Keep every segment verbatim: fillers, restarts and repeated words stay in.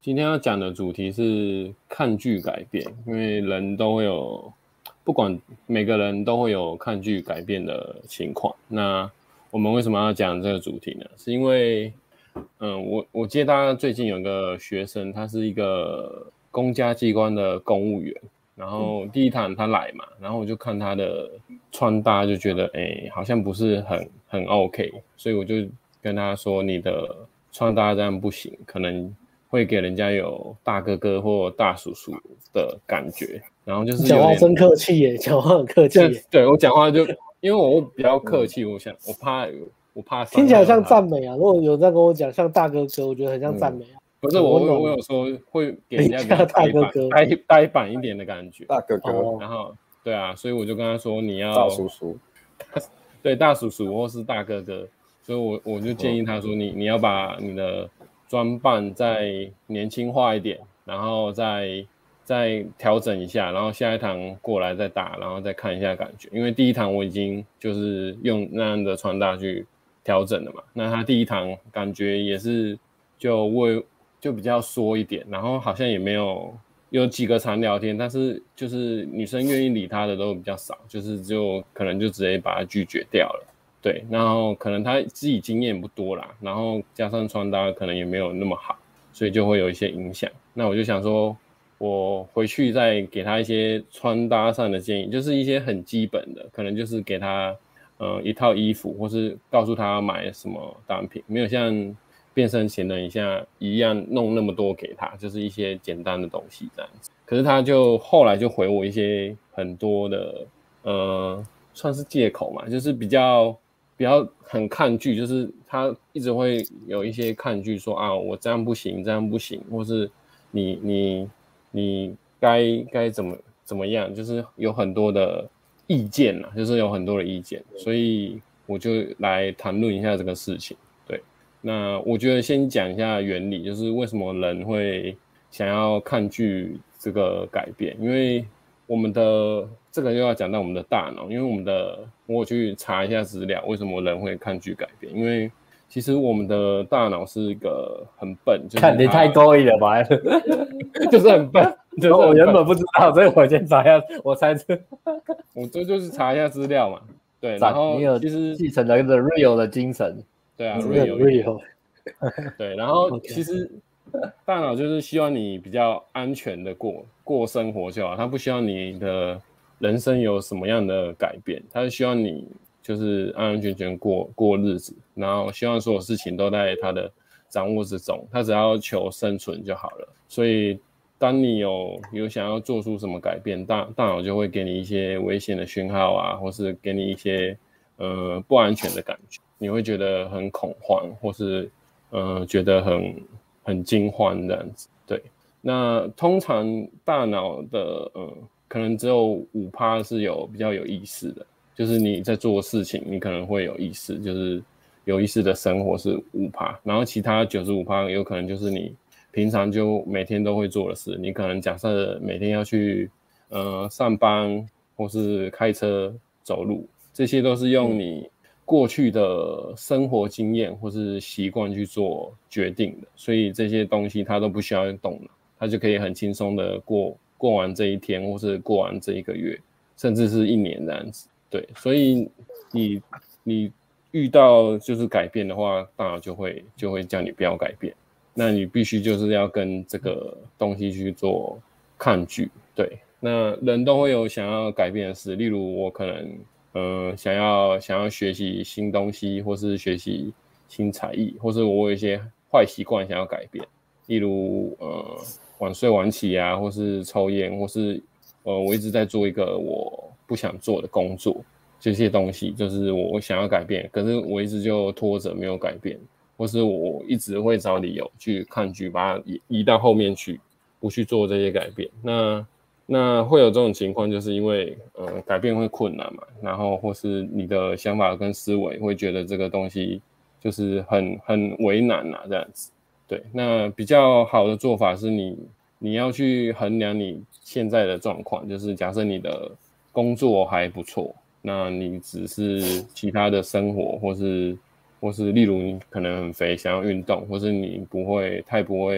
今天要讲的主题是看剧改变，因为人都会有，不管每个人都会有看剧改变的情况。那我们为什么要讲这个主题呢？是因为，嗯，我我记得大家最近有个学生，他是一个公家机关的公务员，然后第一堂他来嘛，然后我就看他的穿搭，就觉得哎、欸，好像不是很很 OK， 所以我就跟他说，你的穿搭这样不行，可能会给人家有大哥哥或大叔叔的感觉，然后就是讲话真客气耶，讲话很客气耶。 对，我讲话就因为我比较客气，我想我怕我怕听起来像赞美啊。如果有在跟我讲像大哥哥，我觉得很像赞美啊。 嗯、不是我我有说会给人家比较呆板呆呆板一点的感觉， 大哥哥。 哦、 然后对啊，所以我就跟他说你要大叔叔， 对大叔叔或是大哥哥，所以我我就建议他说你你要把你的装扮再年轻化一点，然后再再调整一下，然后下一堂过来再打，然后再看一下感觉。因为第一堂我已经就是用那样的穿搭去调整了嘛，那他第一堂感觉也是就为就比较缩一点，然后好像也没有有几个常聊天，但是就是女生愿意理他的都比较少，就是就可能就直接把他拒绝掉了。对，然后可能他自己经验不多啦，然后加上穿搭可能也没有那么好，所以就会有一些影响。那我就想说，我回去再给他一些穿搭上的建议，就是一些很基本的，可能就是给他呃一套衣服，或是告诉他买什么单品，没有像变身前的一下一样弄那么多给他，就是一些简单的东西这样子。可是他就后来就回我一些很多的呃，算是借口嘛，就是比较。比较很抗拒，就是他一直会有一些抗拒说啊，我这样不行，这样不行，或是你你你该该怎么怎么样，就是有很多的意见啦，就是有很多的意见，所以我就来谈论一下这个事情。对，那我觉得先讲一下原理，就是为什么人会想要抗拒这个改变，因为我们的这个又要讲到我们的大脑，因为我们的我有去查一下资料，为什么人会抗拒改变？因为其实我们的大脑是一个很笨，就是看你太勾引了吧， 就是很笨。就是、很笨我原本不知道，所以我先查一下，我猜测， 我这就是查一下资料嘛。对，然后其实继承了 The Real 的精神。 对啊 ，Real Real。 对，然后其实。大脑就是希望你比较安全的过过生活就好，它不希望你的人生有什么样的改变，它是希望你就是安安全全过过日子，然后希望所有事情都在它的掌握之中，它只要求生存就好了。所以当你有有想要做出什么改变，大大脑就会给你一些危险的讯号啊，或是给你一些呃不安全的感觉，你会觉得很恐慌，或是呃觉得很。很惊慌这样子，对。那通常大脑的，嗯，可能只有 百分之五 是有比较有意识的，就是你在做事情，你可能会有意识，就是有意识的生活是 百分之五， 然后其他 百分之九十五 有可能就是你平常就每天都会做的事，你可能假设每天要去呃上班或是开车走路，这些都是用你。过去的生活经验或是习惯去做决定的，所以这些东西它都不需要动脑，它就可以很轻松的过过完这一天，或是过完这一个月，甚至是一年这样子。对，所以你你遇到就是改变的话，大脑就会就会叫你不要改变，那你必须就是要跟这个东西去做抗拒。对，那人都会有想要改变的事，例如我可能。呃，想要想要学习新东西，或是学习新才艺，或是我有一些坏习惯想要改变，例如呃晚睡晚起啊，或是抽烟，或是呃我一直在做一个我不想做的工作，这些东西就是我想要改变，可是我一直就拖着没有改变，或是我一直会找理由去抗拒，把它移移到后面去，不去做这些改变。那那会有这种情况，就是因为呃改变会困难嘛，然后或是你的想法跟思维会觉得这个东西就是很很为难啊这样子。对，那比较好的做法是你你要去衡量你现在的状况，就是假设你的工作还不错，那你只是其他的生活或是或是例如你可能很肥想要运动，或是你不会太不会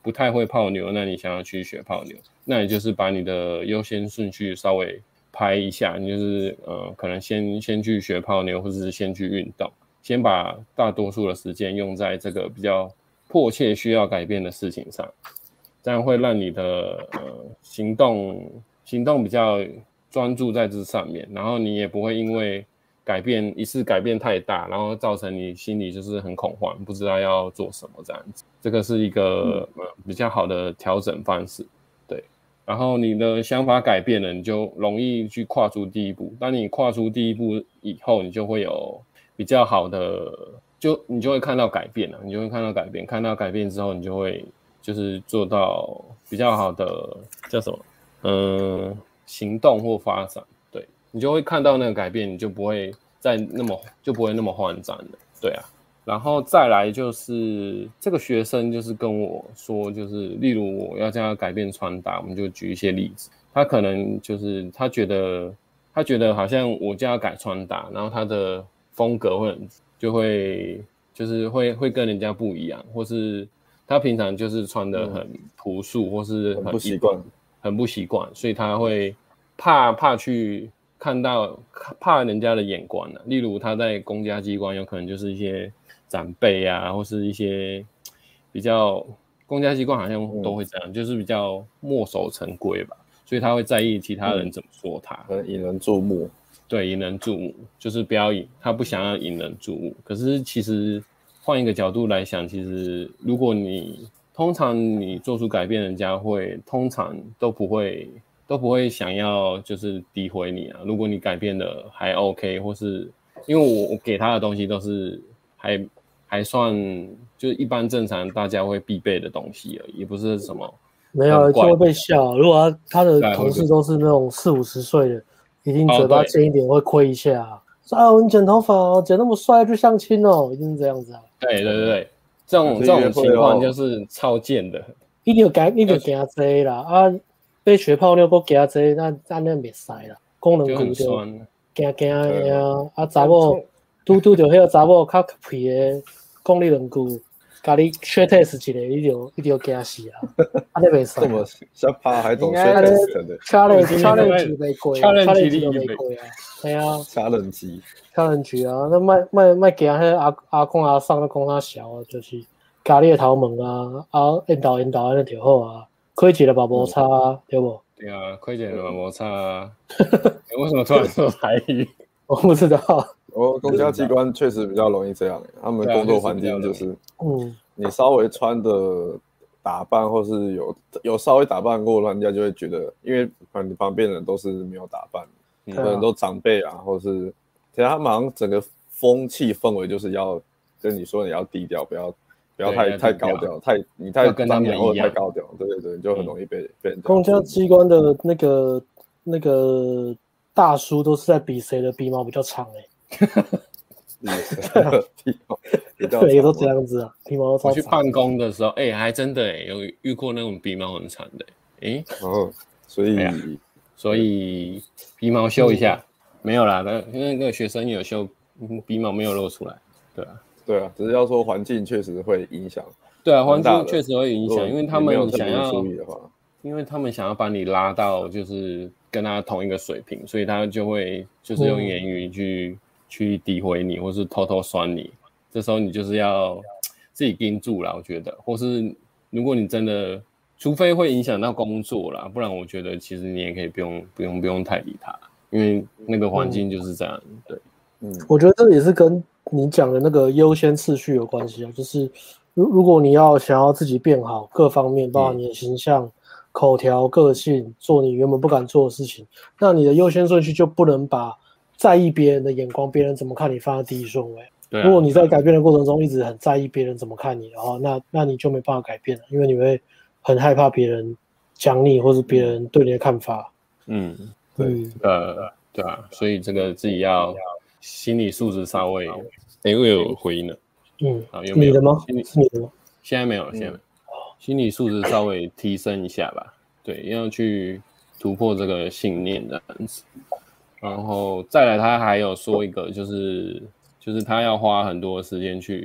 不太会泡妞，那你想要去学泡妞，那你就是把你的优先顺序稍微排一下，你就是呃可能先先去学泡妞，或者是先去运动，先把大多数的时间用在这个比较迫切需要改变的事情上，这样会让你的呃行动行动比较专注在这上面，然后你也不会因为改变一次改变太大，然后造成你心里就是很恐慌，不知道要做什么这样子。这个是一个、呃、比较好的调整方式，对。然后你的想法改变了，你就容易去跨出第一步。当你跨出第一步以后，你就会有比较好的，就你就会看到改变了，你就会看到改变，看到改变之后，你就会就是做到比较好的叫什么，嗯，行动或发展。你就会看到那个改变，你就不会再那么就不会那么慌张了，对啊。然后再来就是这个学生就是跟我说，就是例如我要叫他改变穿搭，我们就举一些例子。他可能就是他觉得他觉得好像我叫他改穿搭，然后他的风格会很就会就是会会跟人家不一样，或是他平常就是穿得很朴素，或是 很, 很不习惯， 很不习惯，所以他会怕怕去。看到怕人家的眼光、啊、例如他在公家机关有可能就是一些长辈啊，或是一些比较公家机关好像都会这样、嗯、就是比较墨守成规吧，所以他会在意其他人怎么说他， 嗯、引人注目， 对，引人注目，就是不要引他不想要引人注目。可是其实换一个角度来想，其实如果你通常你做出改变，人家会通常都不会都不会想要就是诋毁你啊。如果你改变的还 OK， 或是因为我我给他的东西都是还还算就是一般正常大家会必备的东西而已，也不是什么没有就会被笑。如果 他, 他的同事都是那种四五十岁的，一定嘴巴尖一点会亏一下、啊。说啊，你剪头发哦，剪那么帅去相亲哦，一定是这样子啊。 对对对对，这种这种情况就是超贱的。 一定要改，一定要惊这啦啊！要学泡妞，搁惊这，那那那袂使啦。讲两句就惊惊呀！啊，查某拄拄着迄个查某较皮的，讲你两句，甲你 share test 一下，一定一定要惊死啊！啊，那袂使。 这么小怕还懂 share test 的 ？challenge challenge 袂过 ，challenge 都袂过啊！系啊 ，challenge challenge 啊！那卖卖卖惊迄阿阿公阿桑，那讲他小啊，就是。咖喱的头毛啊，啊，引导引导安尼就好啊，开一个嘛无差啊，嗯、对不？ 对啊，开一个嘛无差啊。欸、为什么突然说台语？ 我不知道。 哦，公家机关确实比较容易这样，他们工作环境就是，嗯，你稍微穿的打扮，或是有有稍微打扮过，人家就会觉得，因为你旁边人都是没有打扮，可能都长辈啊，或是，其实他们好像整个风气氛围就是要跟你说你要低调，不要。不要太太高调，太你太张扬或太高调，对对对，就很容易被、嗯、被人家。 公家机关的那个那个大叔都是在比谁的鼻毛比较长哎、欸， 鼻毛比较对，都这样子啊，鼻毛都超长。 我去办公的时候，哎、欸，还真的哎、欸，有遇过那种鼻毛很长的、欸，哎、欸， 哦，所以、哎、 所以鼻毛修一下、嗯、没有啦，那那个学生有修，鼻毛没有露出来，对啊。 对啊，只是要说环境确实会影响。 对啊，环境确实会影响，因为他们想要注意的话， 因为他们想要把你拉到就是跟他同一个水平，所以他就会就是用言语去、嗯、去诋毁你，或是偷偷酸你。这时候你就是要自己盯住啦，我觉得，或是如果你真的，除非会影响到工作啦，不然我觉得其实你也可以不用不用不用太理他，因为那个环境就是这样。嗯、对， 嗯，我觉得这也是跟你讲的那个优先次序有关系啊，就是如如果你要想要自己变好，各方面，包括你的形象、嗯、口条、个性，做你原本不敢做的事情，那你的优先顺序就不能把在意别人的眼光，别人怎么看你放在第一顺位。 对啊、 如果你在改变的过程中一直很在意别人怎么看你的话，那那你就没办法改变了，因为你会很害怕别人讲你，或是别人对你的看法。 嗯，对，嗯、呃，对啊，所以这个自己要。心理素质稍微，哎、欸，我有回应了， 嗯， 好，有没有？ 你的吗？是你的吗？ 现在没有，现在没有。心理素质稍微提升一下吧，对，要去突破这个信念这样子。然后再来，他还有说一个，就是就是他要花很多时间去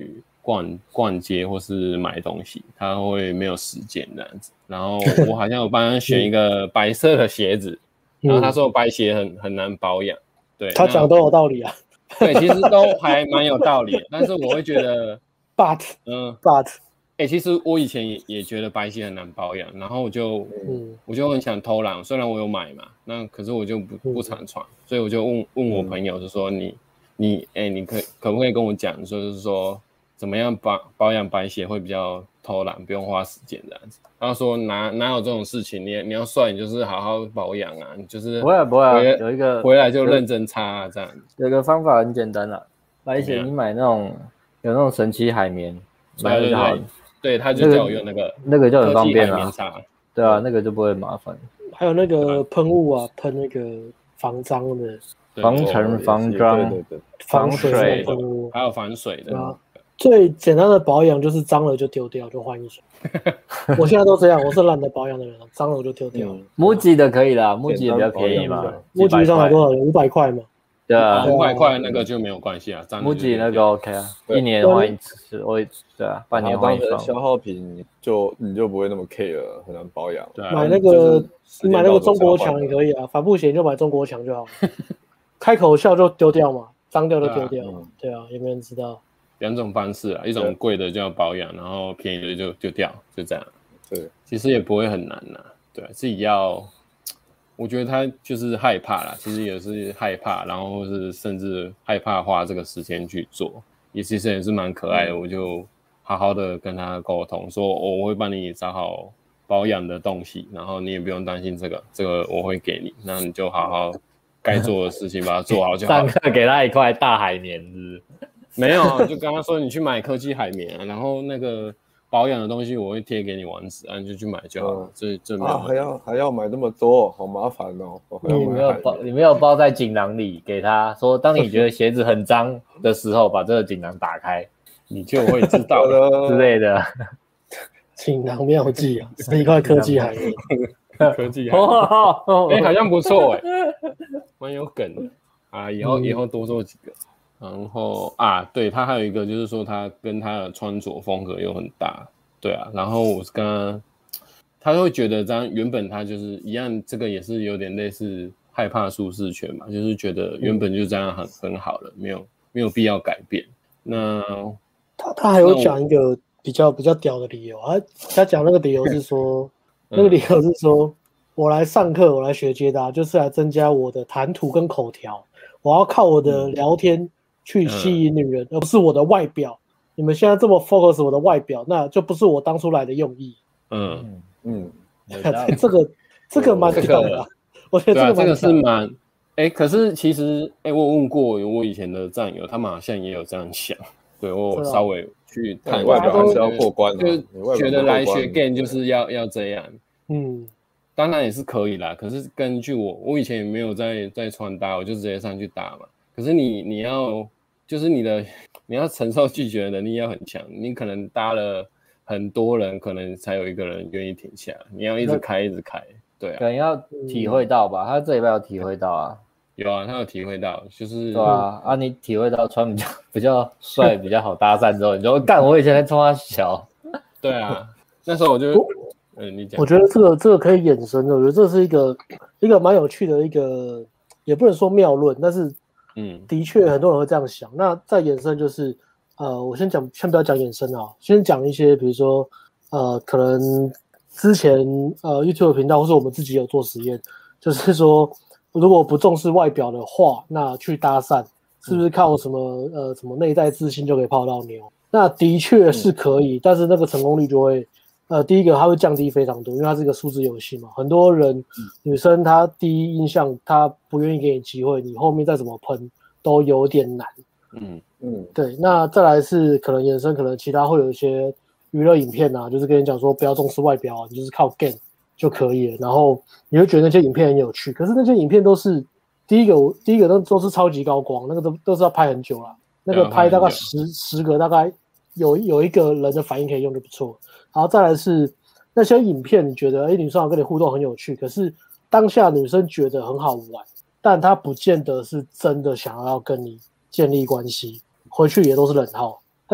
逛逛街或是买东西，他会没有时间这样子。然后我好像有帮他选一个白色的鞋子，然后他说白鞋很很难保养，对， 他讲都有道理啊。 对，其实都还蛮有道理的，但是我会觉得 ，but， 嗯 ，but， 哎、欸，其实我以前 也, 也觉得白鞋很难保养，然后我就，嗯，我就很想偷懒，虽然我有买嘛，那可是我就不不常穿，所以我就问问我朋友，就说你你哎、欸，你可可不可以跟我讲，说就是说怎么样保保养白鞋会比较偷懒，不用花时间这样子。他说哪哪有这种事情，你你要帅，你就是好好保养啊，你就是不会不会、啊，有一个回来就认真擦、啊、这样子。 有一个方法很简单啦，白鞋你买那种有那种神奇海绵，买了就好了。 对，他就叫我用那个、 那个，那个就很方便啦。对啊，那个就不会麻烦。 还有那个喷雾啊，喷那个防脏的， 防尘、防脏、 防水喷雾， 还有防水的。 啊，最简单的保养就是脏了就丢掉，就换一双。我现在都这样，我是懒得保养的人，脏了我就丢掉。 木吉的可以啦，木吉也比较便宜嘛。 木吉一双才多少钱？五百块嘛。 对啊， 五百块那个就没有关系啊。 木吉那个 OK 啊，一年换一次，我对啊，半年换一双。 消耗品就你就不会那么 care 了，很难保养。 买那个你买那个中国强也可以啊，帆布鞋就买中国强就好了。开口笑就丢掉嘛，脏掉就丢掉。对啊，有没有人知道？ 两种方式啊，一种贵的就要保养，然后便宜的就就掉，就这样。对，其实也不会很难啦，对，自己要。我觉得他就是害怕啦，其实也是害怕，然后是甚至害怕花这个时间去做，也其实也是蛮可爱的。我就好好的跟他沟通，说我会帮你找好保养的东西，然后你也不用担心这个，这个我会给你，那你就好好该做的事情把它做好就好了。 上课给他一块大海绵是不是？ 没有，就跟他说你去买科技海绵啊，然后那个保养的东西我会贴给你网址，啊，你就去买就好了。这这没有、 啊、还要还要买那么多，好麻烦哦。 你没有包，你没有包在锦囊里，给他说，当你觉得鞋子很脏的时候，把这个锦囊打开， 你就会知道了之类的。 锦囊妙计啊，是一块科技海绵。 科技海绵，哎、欸，好像不错哎、欸，蛮有梗的啊。以后、嗯、以后多做几个。然后啊，对，他还有一个就是说，他跟他的穿着风格又很大，对啊。然后我是跟他，他会觉得这样原本他就是一样，这个也是有点类似害怕舒适圈嘛，就是觉得原本就这样很很好了，没有没有必要改变。那他他还有讲一个比较比较屌的理由，他他讲那个理由是说，那个理由是说我来上课，我来学接搭，就是来增加我的谈吐跟口条，我要靠我的聊天。嗯去吸引女人，嗯、而不是我的外表。你们现在这么 focus 我的外表，那就不是我当初来的用意。 嗯嗯， 这个这个蛮屌的、啊，我觉得这个、 啊、这个是蛮哎、欸，可是其实哎、欸，我有问过我以前的战友，他们好像也有这样想。对我稍微去看外表还是要过关的、啊， 就觉得来学 game 就是要要这样。 嗯， 当然也是可以啦。可是根据我，我以前也没有在在穿搭，我就直接上去打嘛。可是你你要。就是你的你要承受拒绝的能力要很强，你可能搭了很多人，可能才有一个人愿意停下，你要一直开一直开，对啊， 可能要体会到吧，他这礼拜有体会到啊， 有啊，他有体会到，就是对啊，啊你体会到穿比较比较帅比较好搭讪之后，你就干我以前在冲他小， 对啊，那时候我就嗯你讲， 我觉得这个这个可以衍生的，我觉得这是一个一个蛮有趣的一个，也不能说谬论，但是。 嗯， 的确，很多人会这样想。那再延伸就是，呃，我先讲，先不要讲延伸啊，先讲一些，比如说，呃，可能之前呃 YouTube 频道或是我们自己有做实验，就是说，如果不重视外表的话，那去搭讪是不是靠什么呃什么内在自信就可以泡到妞？那的确是可以，嗯、但是那个成功率就会，呃，第一个它会降低非常多，因为它是一个数字游戏嘛。很多人、嗯、女生她第一印象她不愿意给你机会，你后面再怎么喷都有点难。 嗯嗯， 对。那再来是可能衍生，可能其他会有一些娱乐影片啊，就是跟你讲说不要重视外表啊，你就是靠 game 就可以了。然后你会觉得那些影片很有趣，可是那些影片都是第一个，第一个都都是超级高光，那个都都是要拍很久啦。那个拍大概十十个，大概有有一个人的反应可以用就不错。然后再来是那些影片，你觉得哎，女生跟你互动很有趣，可是当下女生觉得很好玩，但她不见得是真的想要跟你建立关系，回去也都是冷号。但是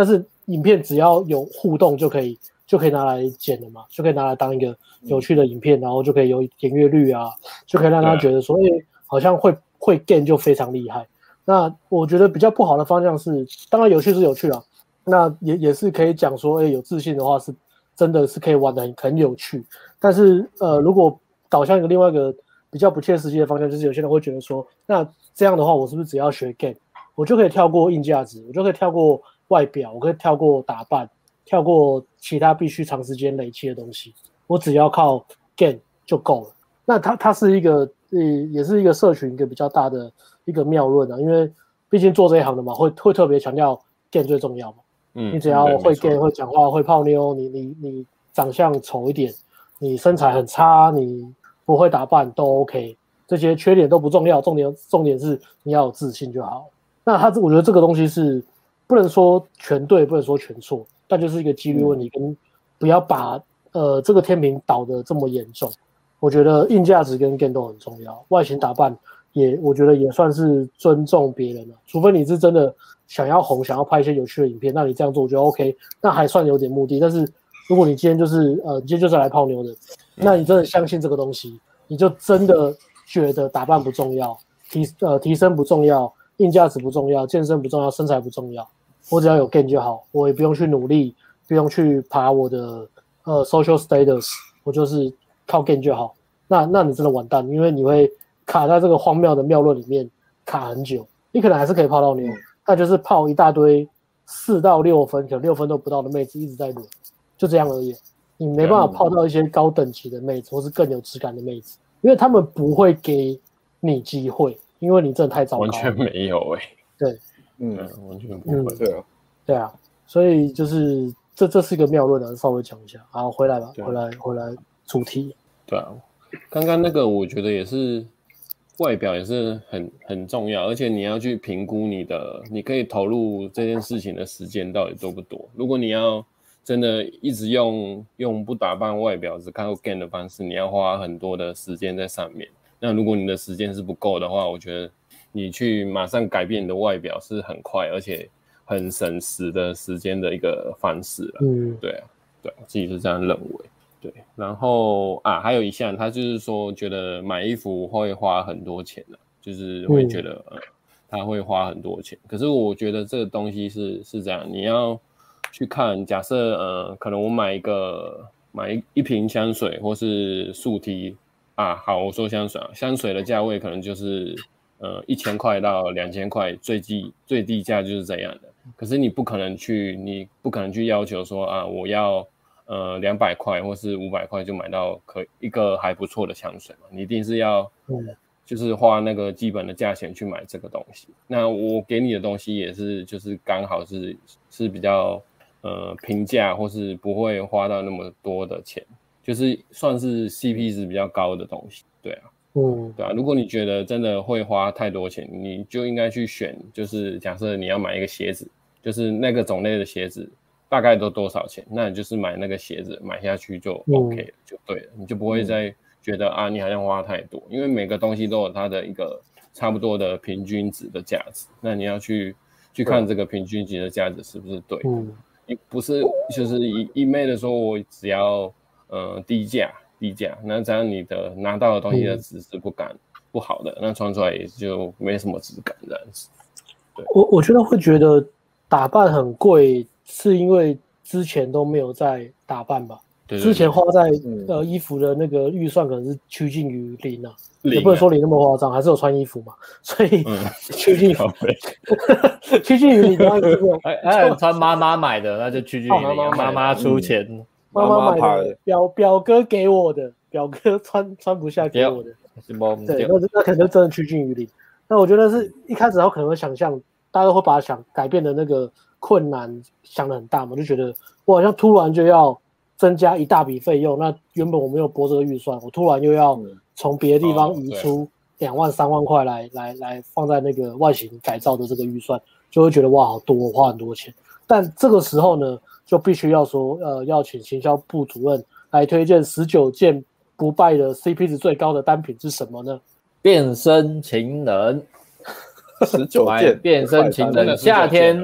影片只要有互动就可以就可以拿来剪了嘛，就可以拿来当一个有趣的影片，然后就可以有点阅率啊，就可以让他觉得说，哎、欸，好像会会 game 就非常厉害。那我觉得比较不好的方向是，当然有趣是有趣啦，那也也是可以讲说，哎、欸，有自信的话是真的是可以玩得很很有趣。但是呃，如果导向一个另外一个比较不切实际的方向，就是有些人会觉得说，那这样的话，我是不是只要学 game， 我就可以跳过硬价值，我就可以跳过外表，我可以跳过打扮，跳过其他必须长时间累积的东西，我只要靠 game 就够了。那它它是一个呃，也是一个社群一个比较大的一个谬论啊，因为毕竟做这一行的嘛，会会特别强调 game 最重要嘛。嗯，你只要会 game 会讲话会泡妞，你你你长相丑一点，你身材很差，你不会打扮都 OK， 这些缺点都不重要，重点重点是你要有自信就好。那他我觉得这个东西是不能说全对，不能说全错，但就是一个几率问题，跟不要把呃这个天平倒得这么严重。我觉得硬价值跟 game 都很重要，外形打扮也我觉得也算是尊重别人了。除非你是真的想要红，想要拍一些有趣的影片，那你这样做我觉得 OK， 那还算有点目的。但是如果你今天就是呃你今天就是来泡妞的，那你真的相信这个东西，你就真的觉得打扮不重要，提呃提升不重要，硬价值不重要，健身不重要，身材不重要，我只要有 game 就好，我也不用去努力，不用去爬我的呃 social status， 我就是靠 game 就好。那那你真的完蛋，因为你会卡在这个荒谬的谬论里面卡很久。你可能还是可以泡到妞，但就是泡一大堆四到六分，可能六分都不到的妹子一直在轮，就这样而已。你没办法泡到一些高等级的妹子，或是更有质感的妹子，因为他们不会给你机会，因为你真的太糟糕了。 完全没有哎、欸。 对， 嗯， 完全不会。嗯、 对啊， 对啊，所以就是这这是一个谬论啊，稍微讲一下。好，回来吧，回来回来主题。 对啊，刚刚那个我觉得也是外表也是很很重要，而且你要去评估你的，你可以投入这件事情的时间到底多不多。如果你要真的一直用用不打扮外表只看 game 的方式，你要花很多的时间在上面。那如果你的时间是不够的话，我觉得你去马上改变你的外表是很快而且很省时的时间的一个方式了。嗯，对啊，对，我自己是这样认为。对，然后啊，还有一项，他就是说觉得买衣服会花很多钱的、啊，就是会觉得、嗯呃、他会花很多钱。可是我觉得这个东西是是这样，你要去看，假设呃，可能我买一个买 一, 一瓶香水或是素 T 啊，好，我说香水啊，香水的价位可能就是呃一千块到两千块，最低最低价就是这样的。可是你不可能去，你不可能去要求说啊，我要呃两百块或是五百块就买到可一个还不错的香水嘛，你一定是要就是花那个基本的价钱去买这个东西。那我给你的东西也是就是刚好是是比较呃平价，或是不会花到那么多的钱，就是算是 C P 值比较高的东西。对啊，嗯，对啊。如果你觉得真的会花太多钱，你就应该去选，就是假设你要买一个鞋子，就是那个种类的鞋子大概都多少钱，那你就是买那个鞋子买下去就 OK 了、嗯、就对了，你就不会再觉得、嗯、啊你好像花太多，因为每个东西都有它的一个差不多的平均值的价值，那你要去去看这个平均值的价值是不是对的，嗯，你不是就是一一昧的说我只要呃低价低价，那这样你的拿到的东西的质是不感、嗯、不好的，那穿出来也就没什么质感这样子。对， 我我觉得会觉得打扮很贵，是因为之前都没有在打扮吧？对对对，之前花在、嗯、呃衣服的那个预算可能是趋近于零啊，零啊也不能说零那么夸张，还是有穿衣服嘛，所以、嗯、趋近于趋近于零的话就是哎哎穿妈妈买的那就趋近于零，妈妈出钱， 妈妈买的表表哥给我的，表哥穿穿不下给我的，对，那那可能真的趋近于零。那我觉得是一开始他可能会想象，大家都会把想改变的那个困难想得很大嘛，就觉得我好像突然就要增加一大笔费用，那原本我没有拨这个预算，我突然又要从别的地方移出两万三万块来来来放在那个外形改造的这个预算，就会觉得哇好多，我花很多钱。但这个时候呢，就必须要说呃要请行销部主任来推荐十九件不败的 C P 值最高的单品是什么呢？ 变身情人。 十九件变身情人，夏天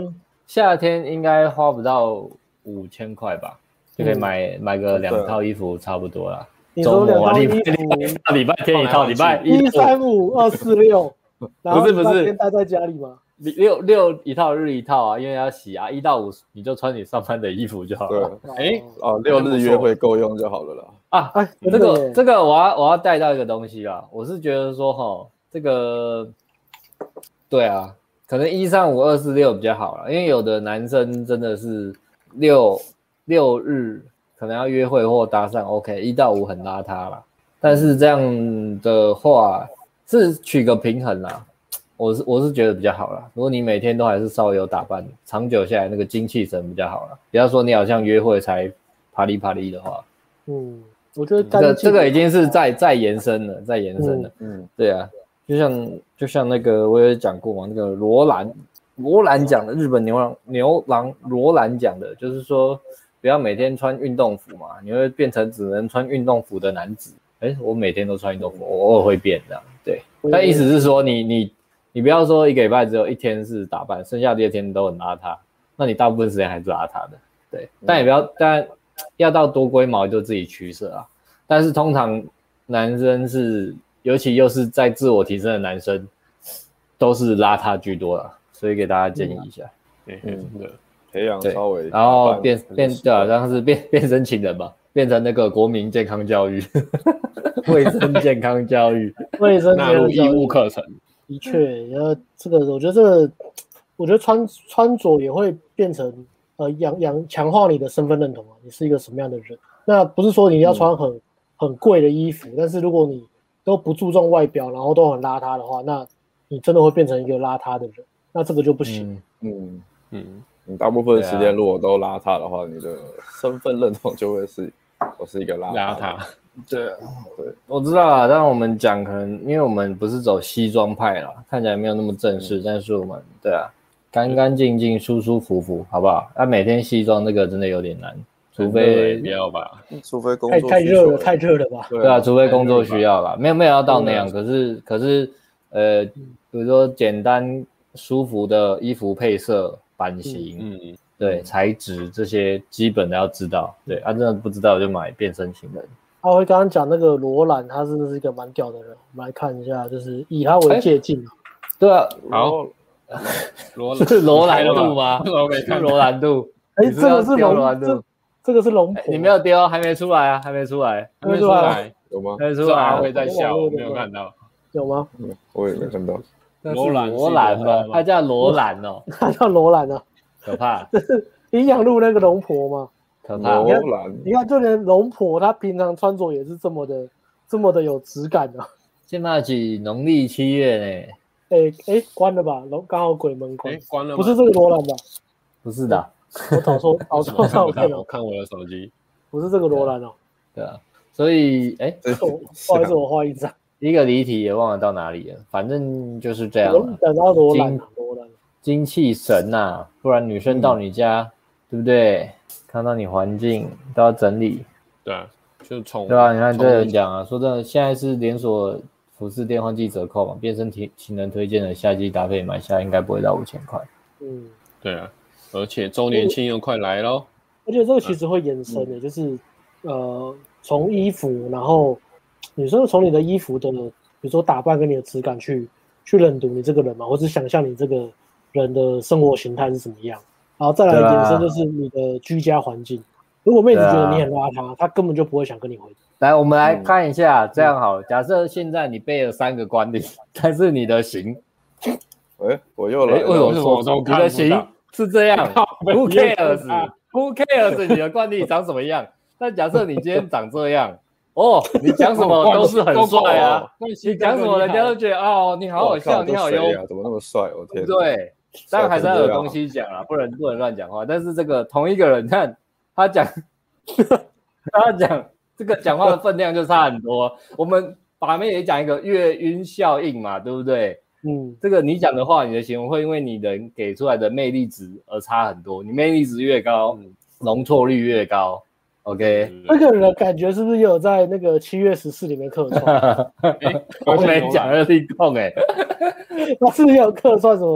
夏天应该花不到五千块吧，就可以买、嗯、买个两套衣服差不多啦。周末啊，礼拜礼拜天一套，礼拜一三五二四六，不是不是，天待在家里吗？ 六六一套，日一套啊，因为要洗啊，一到五你就穿你上班的衣服就好了。 哎，哦，六日约会够用就好了啦。 啊，哎，这个这个我要我要带到一个东西啊，我是觉得说哈，这个对啊，可能一三五二四六比较好啦，因为有的男生真的是六六日。可能要约会或搭讪 ，OK， 一到五很邋遢啦。但是这样的话是取个平衡啦，我是我是觉得比较好啦。如果你每天都还是稍微有打扮，长久下来那个精气神比较好啦。不要说你好像约会才啪哩啪哩的话， 嗯，我觉得这个这个已经是在在延伸了，在延伸了，嗯，对啊，就像就像那个我也讲过嘛，那个罗兰罗兰讲的日本牛郎牛郎罗兰讲的，就是说。不要每天穿运动服嘛，你会变成只能穿运动服的男子。哎，我每天都穿运动服，我偶尔会变这样。对，但意思是说你，你你你不要说一个礼拜只有一天是打扮，剩下第二天都很邋遢，那你大部分时间还是邋遢的。对，但也不要，但要到多龟毛就自己取舍啊。但是通常男生是，尤其又是在自我提升的男生，都是邋遢居多啦，所以给大家建议一下。 嗯嗯，对。 培养稍微， 然后变变对啊，像是变变身情人吧，变成那个国民健康教育，卫生健康教育， 卫生纳入义务课程。 的确，然后这个我觉得这个，我觉得穿穿着也会变成呃养养强化你的身份认同啊，你是一个什么样的人？那不是说你要穿很、嗯、很贵的衣服，但是如果你都不注重外表，然后都很邋遢的话，那你真的会变成一个邋遢的人，那这个就不行。 嗯嗯。嗯你大部分时间如果都邋遢的话，啊、你的身份认同就会是我是一个邋邋遢。 对啊，对，我知道啊。但我们讲可能因为我们不是走西装派啦，看起来没有那么正式，嗯、但是我们对啊，干干净净、舒舒服服，好不好？啊，每天西装那个真的有点难，除非不要吧， 除非工作太太热了，太热了吧？ 对啊，除非工作需要啦，没有没有要到那样。可是可是呃，比如说简单舒服的衣服配色。版型，嗯，对，材质这些基本的要知道，对，啊，真的不知道就买变身情人。 阿辉刚刚讲那个罗兰，他真的是一个蛮屌的人，我们来看一下，就是以他为借鉴。 对啊， 好， 罗是罗兰度吗？我没看罗兰度， 哎，这个是龙，这这个是龙婆， 你没有丢，还没出来啊，还没出来， 还没出来， 有吗？ 还没出来， 阿辉在笑，我没有看到， 有吗？ 我也没看到。 罗兰，罗兰吗？他叫罗兰哦， 他叫罗兰哦， 可怕。 这是营养路那个龙婆吗？ 可怕。 罗兰， 你看，就连龙婆她平常穿着也是这么的、这么的有质感啊。 现在是农历七月呢。 哎哎，关了吧，龙刚好鬼门关。 关了。 不是这个罗兰吧？ 不是的， 我找错，找错照片了。 我看我的手机， 不是这个罗兰哦。 对啊，所以哎， 不好意思，我画一张。 一个离题也忘了到哪里了，反正就是这样了。 等到罗兰，罗兰， 精气神呐、啊，不然女生到你家，嗯、对不对？看到你环境都要整理。 对啊，就从对啊，你看这人讲啊，说真的，现在是连锁服饰店换季折扣嘛，变身情人推荐的夏季搭配买下应该不会到五千块。 嗯， 对啊，而且周年庆又快来咯。 而且这个其实会延伸的，嗯、就是呃，从衣服，然后。女生从你的衣服的，比如说打扮跟你的质感去去认读你这个人嘛，或者想象你这个人的生活形态是怎么样，然后再来延伸就是你的居家环境。如果妹子觉得你很邋遢，她根本就不会想跟你回。 来，我们来看一下，嗯、这样好了。假设现在你背了三个官领，但是你的型， 哎，我又来了， 为什么说你的型是这样 ？Who cares？Who cares？ 你的惯例长什么样？但假设你今天长这样。哦，你讲什么都是很帅啊！你讲什么，人家都觉得哦，你好好笑，你好幽默， 怎么那么帅？我天！ 对，当然还是要有东西讲啦，不能不能乱讲话。但是这个同一个人，看他讲，他讲这个讲话的分量就差很多。我们把妹也讲一个月晕效应嘛，对不对？嗯，这个你讲的话，你的形容会因为你人给出来的魅力值而差很多。你魅力值越高，容错率越高。OK， 这个人的感觉是不是也有在那个七月十四里面客串？ 我没讲了，你讲哎， 他是不是有客串什么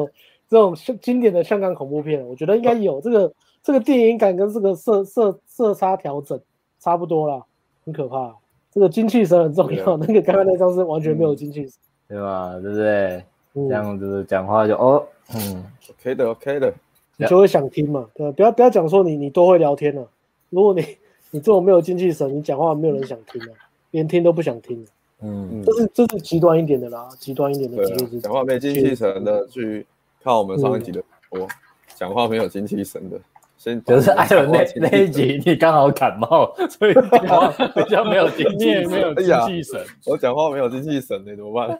这种经典的香港恐怖片，我觉得应该有这个这个电影感跟这个色色色差调整差不多啦，很可怕。这个精气神很重要，那个刚刚那张是完全没有精气神， 对吧？对不对？这样子讲话就哦，嗯 ，OK 的 ，OK 的， 你就会想听嘛，对吧？不要不要讲说你你多会聊天了、啊，如果你你这种没有精气神，你讲话没有人想听啊，连听都不想听、啊。嗯，这是这是极端一点的啦，极端一点的激烈之讲话没精气神的去看我们上一集的播，讲、嗯、话没有精气神的。 就是艾伦那那一集你刚好感冒，所以讲话比较没有精气神， 没有精气神。哎、 我讲话没有精气神呢、欸，怎么办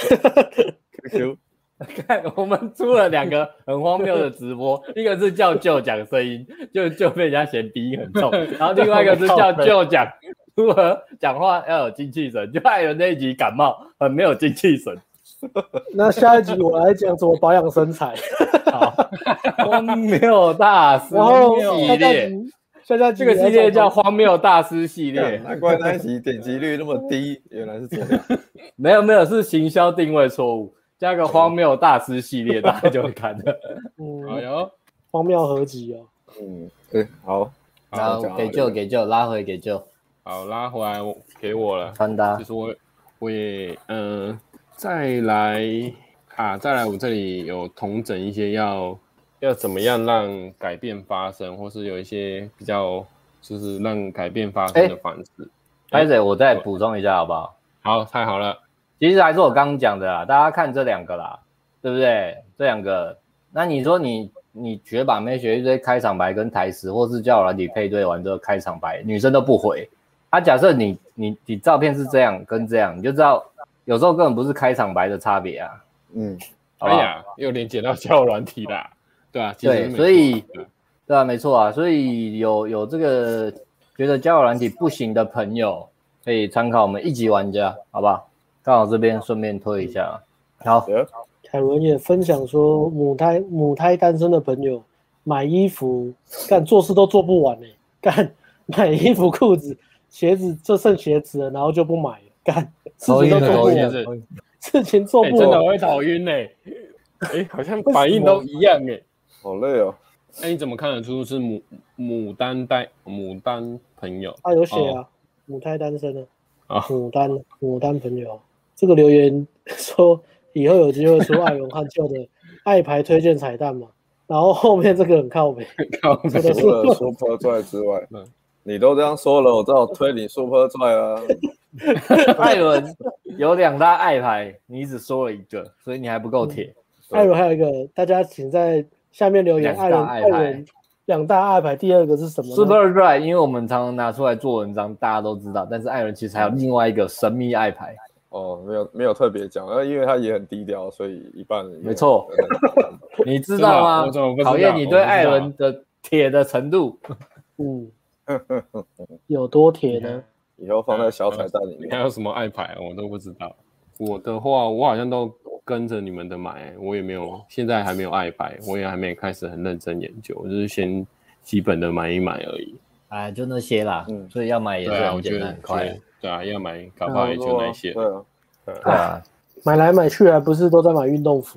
？Q Q， 看我们出了两个很荒谬的直播，一个是叫舅讲声音，就就被人家嫌鼻音很重，然后另外一个是叫舅讲如何讲话要有精气神，就艾伦那一集感冒很没有精气神。 那下一集我来讲怎么保养身材。 好，荒谬大师系列， 下下这个系列叫荒谬大师系列， 难怪那一集点击率那么低，原来是这样。 没有没有，是行销定位错误，加个荒谬大师系列，大家就会看的。 嗯， 好哟， 荒谬合集哦。 嗯，对，好， 然后给救给救，拉回给救， 好，拉回来给我了。 穿搭， 就是我我也嗯。呃再来啊，再来，我这里有统整一些要要怎么样让改变发生，或是有一些比较就是让改变发生的方式。 拍姐，我再补充一下好不好？ 好，太好了。 其实还是我刚刚讲的啦，大家看这两个啦，对不对？这两个，那你说你你学把妹学一堆开场白跟台词，或是交友软体配对完之后开场白，女生都不回。啊，假设你你你照片是这样跟这样，你就知道。有时候根本不是开场白的差别啊， 嗯， 哎呀，又连接到交友软体啦，对啊， 对，所以对啊，没错啊，所以有有这个觉得交友软体不行的朋友，可以参考我们一级玩家，好不好？刚好这边顺便推一下，好。 凯文也分享说，母胎母胎单身的朋友买衣服，干做事都做不完哎、欸，干买衣服、裤子、鞋子就剩鞋子了，然后就不买了，干。事情都做不完，事情做不完、 欸，真的会头晕呢。哎，好像反应都一样哎， 好累哦。 那、欸、你怎么看得出是母牡丹单牡丹朋友？ 他、啊、有写啊，母胎单身的啊，牡丹牡丹朋友。这个留言说以后有机会出艾伦和旧的爱牌推荐彩蛋嘛，然后后面这个很靠北， 靠北。 除了 Super Dry 之外，你都这样说了，我只好推你 Super Dry 啊。 艾伦有两大爱牌，你只说了一个，所以你还不够铁。 艾伦还有一个，大家请在下面留言。艾伦艾伦两大爱牌，第二个是什么 ？Super Dry， 因为我们常常拿出来做文章，大家都知道。但是艾伦其实还有另外一个神秘爱牌。 哦，没有没有特别讲，因为他也很低调，所以一半。 没错，你知道吗？考验你对艾伦的铁的程度。 嗯，有多铁呢？ 以后放在小彩蛋里面。 还有什么爱牌我都不知道。我的话，我好像都跟着你们的买，我也没有，现在还没有爱牌，我也还没开始很认真研究，就是先基本的买一买而已。 哎，就那些啦，嗯，所以要买也是很简单很快。 对啊，要买搞不好也就那些。 对啊， 对啊， 买来买去还不是都在买运动服？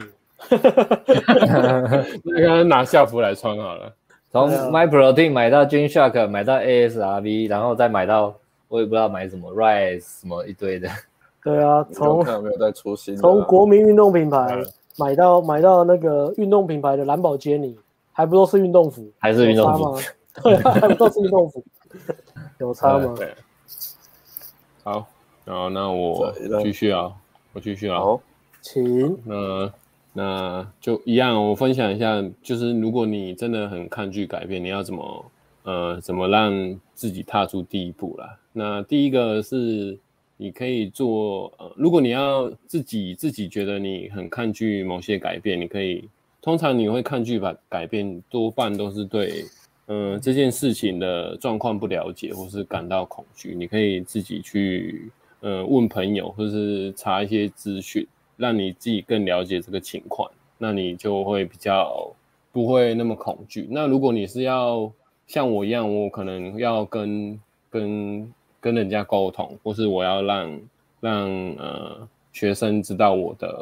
那刚拿校服来穿好了。 从 MyProtein 买到 Gymshark， 买到 A S R V， 然后再买到我也不知道买什么 Rise 什么一堆的。 对啊，从看有没有在出新的、啊。 从国民运动品牌买到买到那个运动品牌的蓝宝坚尼，还不都是运动服？ 还是运动服？ 对啊，还不都是运动服？有差吗？ 对。好，然后那我继续啊，我继续啊。 好，请。 那。那就一样，我分享一下，就是如果你真的很抗拒改变，你要怎么呃怎么让自己踏出第一步啦？那第一个是你可以做呃，如果你要自己自己觉得你很抗拒某些改变，你可以通常你会抗拒把改变，多半都是对嗯、呃、这件事情的状况不了解，或是感到恐惧，你可以自己去呃问朋友，或是查一些资讯。让你自己更了解这个情况，那你就会比较不会那么恐惧。那如果你是要像我一样，我可能要跟跟跟人家沟通，或是我要让让呃学生知道我的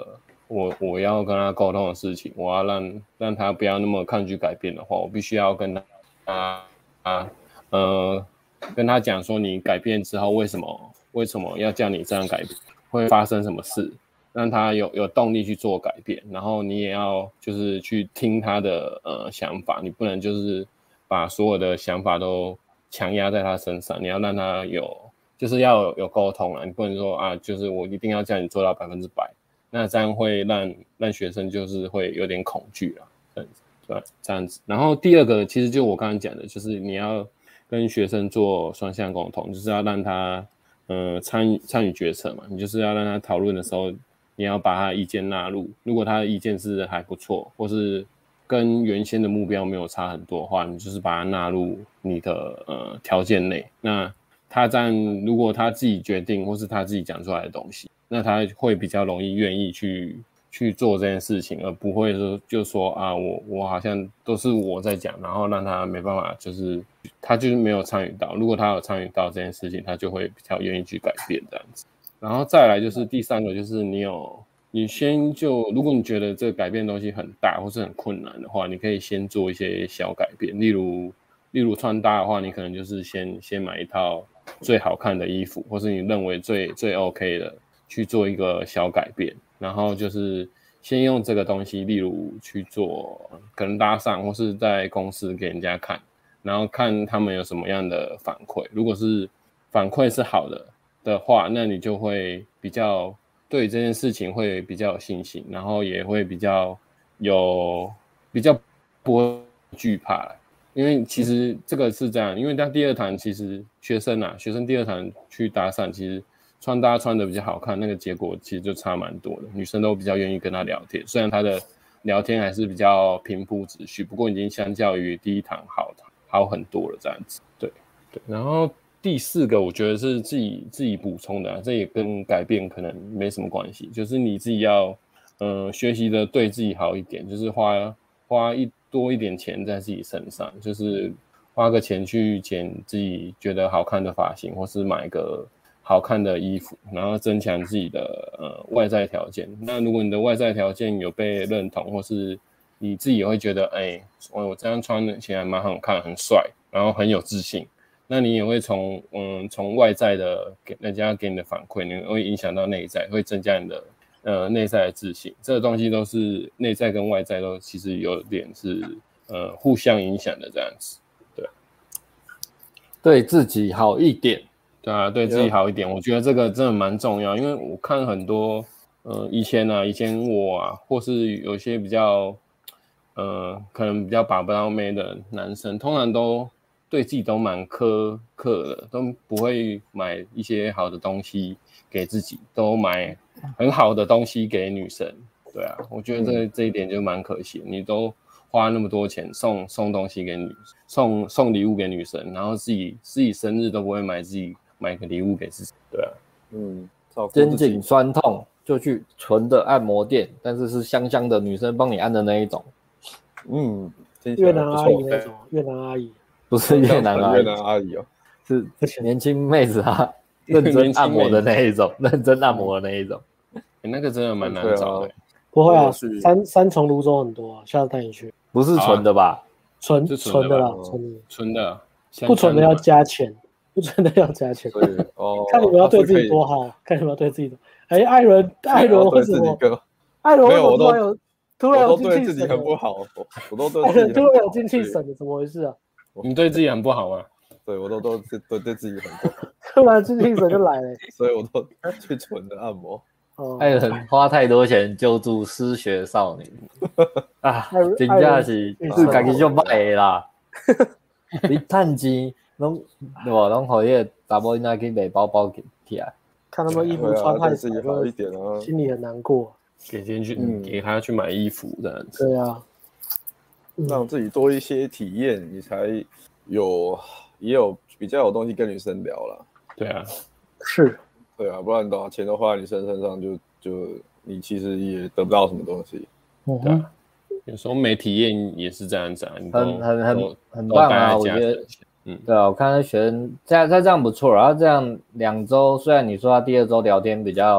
我我要跟他沟通的事情，我要让让他不要那么抗拒改变的话，我必须要跟他啊啊呃跟他讲说，你改变之后为什么为什么要叫你这样改变，会发生什么事，让他有有动力去做改变，然后你也要就是去听他的呃想法，你不能就是把所有的想法都强压在他身上，你要让他有就是要有有沟通啊，你不能说啊就是我一定要叫你做到百分之百。那这样会让让学生就是会有点恐惧啦，这样子，对，这样子。然后第二个，其实就我刚刚讲的，就是你要跟学生做双向沟通，就是要让他呃参与参与决策嘛。你就是要让他讨论的时候，你要把他的意见纳入。如果他的意见是还不错，或是跟原先的目标没有差很多的话，你就是把它纳入你的呃条件内。那他这样，如果他自己决定，或是他自己讲出来的东西。那他会比较容易愿意去去做这件事情，而不会说就说啊，我我好像都是我在讲，然后让他没办法，就是他就是没有参与到。如果他有参与到这件事情，他就会比较愿意去改变这样子。然后再来就是第三个，就是你有你先就，如果你觉得这个改变的东西很大或是很困难的话，你可以先做一些小改变，例如例如穿搭的话，你可能就是先先买一套最好看的衣服，或是你认为最最 OK 的。去做一个小改变，然后就是先用这个东西，例如去做可能搭上或是在公司给人家看，然后看他们有什么样的反馈。如果是反馈是好的的话，那你就会比较对这件事情会比较有信心，然后也会比较有比较不会惧怕。因为其实这个是这样，因为他第二堂其实学生啊，学生第二堂去搭讪，其实。穿搭穿的比较好看，那个结果其实就差蛮多的。女生都比较愿意跟他聊天，虽然他的聊天还是比较平铺直叙，不过已经相较于第一堂好好很多了这样子。对对，然后第四个我觉得是自己自己补充的、啊，这也跟改变可能没什么关系，就是你自己要呃学习的对自己好一点，就是花花一多一点钱在自己身上，就是花个钱去剪自己觉得好看的发型，或是买个。好看的衣服，然后增强自己的呃外在条件。那如果你的外在条件有被认同，或是你自己也会觉得，哎、欸，我这样穿起来蛮好看，很帅，然后很有自信，那你也会从嗯从外在的给人家给你的反馈，你会影响到内在，会增加你的呃内在的自信。这个东西都是内在跟外在都其实有点是呃互相影响的这样子，对， 对自己好一点。 对啊，对自己好一点，我觉得这个真的蛮重要，因为我看很多，呃，以前啊，以前我啊，或是有些比较，呃，可能比较把不到妹的男生，通常都对自己都蛮苛刻的，都不会买一些好的东西给自己，都买很好的东西给女生。对啊，我觉得这、嗯、这一点就蛮可惜的，你都花那么多钱送送东西给女送送礼物给女生，然后自己自己生日都不会买自己。买个礼物给自己，对啊， 嗯， 肩颈酸痛就去纯的按摩店，但是是香香的女生帮你按的那一种， 嗯， 越南阿姨那种，越南阿姨不是越南阿姨， 越南阿姨哦， 是年轻妹子啊，认真按摩的那一种，认真按摩的那一种， 欸、那个真的蛮难找的、欸。 不会啊，三三重泸州很多啊，下次带你去。 不是纯的吧？ 纯纯的啦，纯的， 纯的， 不纯的要加钱。不真的要加钱， 哦、 看你们要对自己多好，啊、看你们要对自己多。哎、欸，艾伦，艾伦为什么？艾伦为什么突然有突然有精气神？ 很不好，我都对艾伦突然有精气神的，怎么回事啊？ 你对自己很不好啊？ 对，我都都对对自己很不好， 突然精气神就来了， 所以我都去纯的按摩。 艾伦花太多钱救助失学少女啊，真的是自己就买的啦，你趁钱。拢对吧？拢互迄个查某囡仔去买包包起来， 看他们衣服穿太少，好一点啊， 心里很难过。 给钱去，嗯、给他去买衣服这样子。 对啊， 嗯、让自己多一些体验，你才有也有比较有东西跟女生聊啦。 对啊， 是， 对啊，不然的话，钱都花在女生身上就，就就你其实也得不到什么东西。 嗯对啊，有时候没体验也是这样子啊，你很很很很棒啊，我觉得。 嗯， 对啊，我看他学生这样，他这样不错，然后这样两周，虽然你说他第二周聊天比较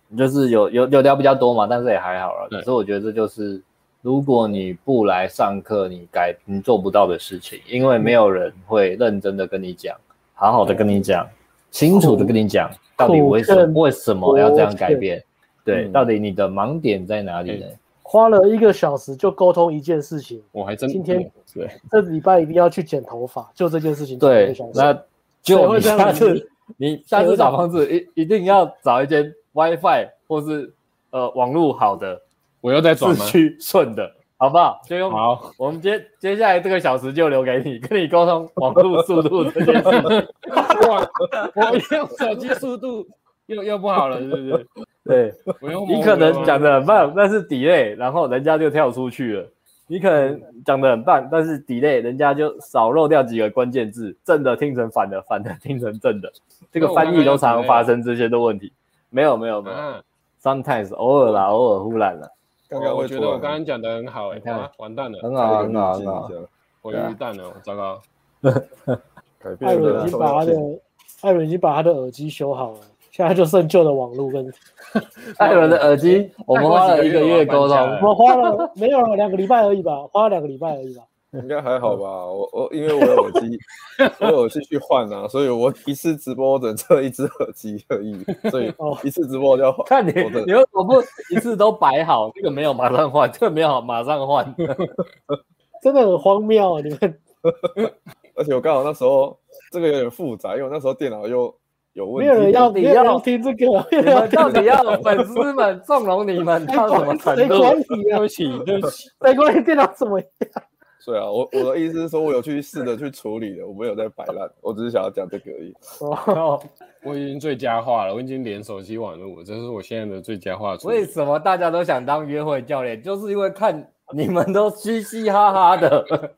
就是有有有聊比较多嘛，但是也还好了。可是我觉得这就是如果你不来上课，你改你做不到的事情，因为没有人会认真的跟你讲，好好的跟你讲，清楚的跟你讲，到底为什么为什么要这样改变？对，嗯、到底你的盲点在哪里呢？ 花了一个小时就沟通一件事情， 我还真今天对这礼拜一定要去剪头发，就这件事情。 对，那就你下次你下次找房子一一定要找一间 WiFi 或是呃网络好的， 我又在转吗？ 市区顺的，好不好？就用好， 我们接接下来这个小时就留给你，跟你沟通网络速度这件事情。 哇，我用手机速度又又不好了，是不是？ 对，你可能讲得很棒，但是 delay， 然后人家就跳出去了。你可能讲得很棒，但是 delay， 人家就少漏掉几个关键字，正的听成反的，反的听成正的，这个翻译都常常发生这些的问题。没有没有没有、啊、，sometimes 偶尔啦，偶尔忽然啦。 刚刚我觉得我刚刚讲得很好、欸，哎、啊，完蛋了， 很好很好很好， 我鱼蛋了，糟糕。 艾伦已经把他的艾伦已经把他的耳机修好了。现在就剩旧的网络跟艾伦的耳机，我们花了一个月沟通， 我花了没有了两个礼拜而已吧，花了两个礼拜而已吧。 应该还好吧，我我因为我有耳机，我有耳机去换啊，所以我一次直播只这一只耳机而已，所以一次直播就要换。 看你你为什么不一次都摆好？这个没有马上换，这个没有马上换， 真的很荒谬啊！你们， 而且我刚好那时候这个有点复杂，因为我那时候电脑又。有问题，没有人要，没有人要听这个， 你们到底要粉丝们纵容你们到什么程度？ 谁管你啊？ 对不起，对不起， 谁管你电脑怎么样？ 对啊，我我的意思是说，我有去试着去处理的，我没有在摆烂，我只是想要讲这个而已。 哦，我已经最佳化了，我已经连手机网络，这是我现在的最佳化。 为什么大家都想当约会教练？就是因为看你们都嘻嘻哈哈的。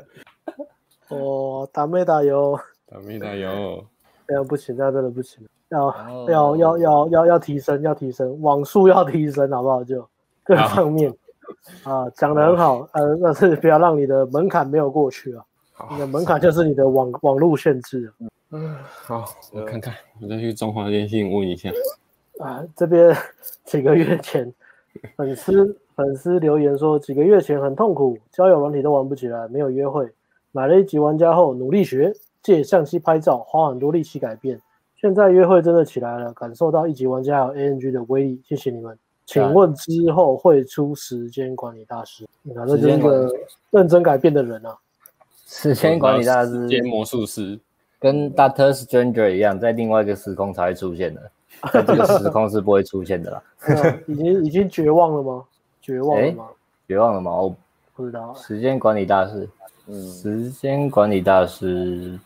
哦，打没打油？ 打没打油？ 这样不行，这样真的不行，要、oh. 要要要要要提升，要提升网速要提升，好不好？就各方面、oh. 啊，讲得很好，呃，但是不要让你的门槛没有过去啊。Oh. 你的门槛就是你的网网路限制。 嗯，好，我看看，我再去中华电信问一下。 啊，这边几个月前，粉丝粉丝留言说，几个月前很痛苦，交友软体都玩不起来，没有约会，买了一级玩家后努力学。借相机拍照，花很多力气改变。现在约会真的起来了，感受到一级玩家有 A N G 的威力，谢谢你们。请问之后会出时间管理大师？你看，这就是个认真改变的人啊！ 时间管理大师， 时间魔术师， 跟 Doctor Stranger 一样，在另外一个时空才会出现的，在这个时空是不会出现的啦。 已经已经绝望了吗？绝望了吗？欸、 绝望了吗？我不知道。 时间管理大师，嗯，时间管理大师。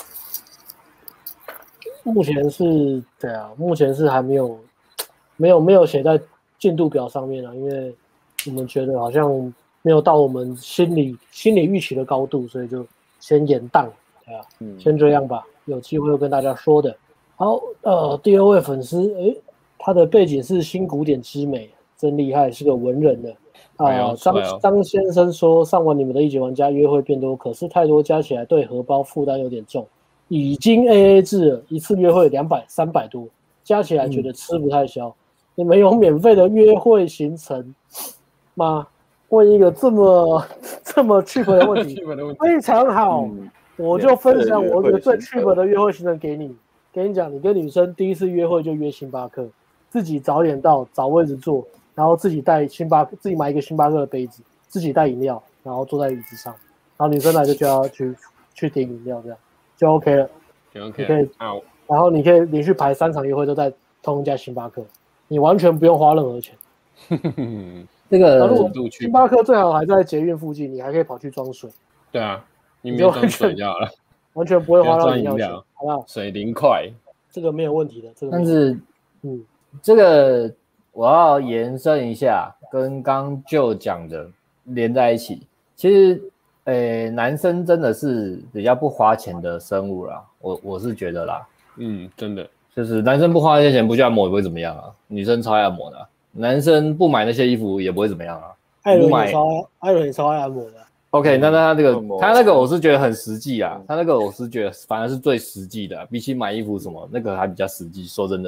目前是，对啊，目前是还没有，没有没有写在进度表上面啊，因为我们觉得好像没有到我们心理心理预期的高度，所以就先延宕，对啊，嗯、先这样吧，有机会会跟大家说的。好，呃，第二位粉丝，诶，他的背景是新古典之美，真厉害，是个文人的啊。张、呃、张先生说，上完你们的一级玩家约会变多，可是太多加起来对荷包负担有点重。已经 A A 制了，一次约会两百、三百多，加起来觉得吃不太消。嗯、你们有免费的约会行程吗？问一个这么这么 cheap 的问题，非常好，嗯、我就分享我一个最 cheap 的约会行程给你。跟你讲，你跟女生第一次约会就约星巴克，自己早点到，找位置坐，然后自己带星巴克，自己买一个星巴克的杯子，自己带饮料，然后坐在椅子上，然后女生来就叫她去去点饮料这样。就 OK 了， 就 OK， 你可以，然后你可以连续排三场约会都在同一家星巴克，你完全不用花任何钱。 这个星巴克最好还在捷运附近，你还可以跑去装水。 对啊，你没有装水就好了， 完全不会花到饮料钱，好不好？ 水零块， 这个没有问题的。这个， 但是，嗯，这个我要延伸一下，跟刚就讲的连在一起，其实。诶，男生真的是比较不花钱的生物啦，我我是觉得啦， 嗯，真的， 就是男生不花那些钱不去按摩也不会怎么样啊，女生超爱按摩的、啊，男生不买那些衣服也不会怎么样啊。 艾伦也超爱，艾伦也超爱按摩的。 OK， 那那他这个他那个我是觉得很实际啊，他那个我是觉得反而是最实际的、啊，比起买衣服什么那个还比较实际。说真的，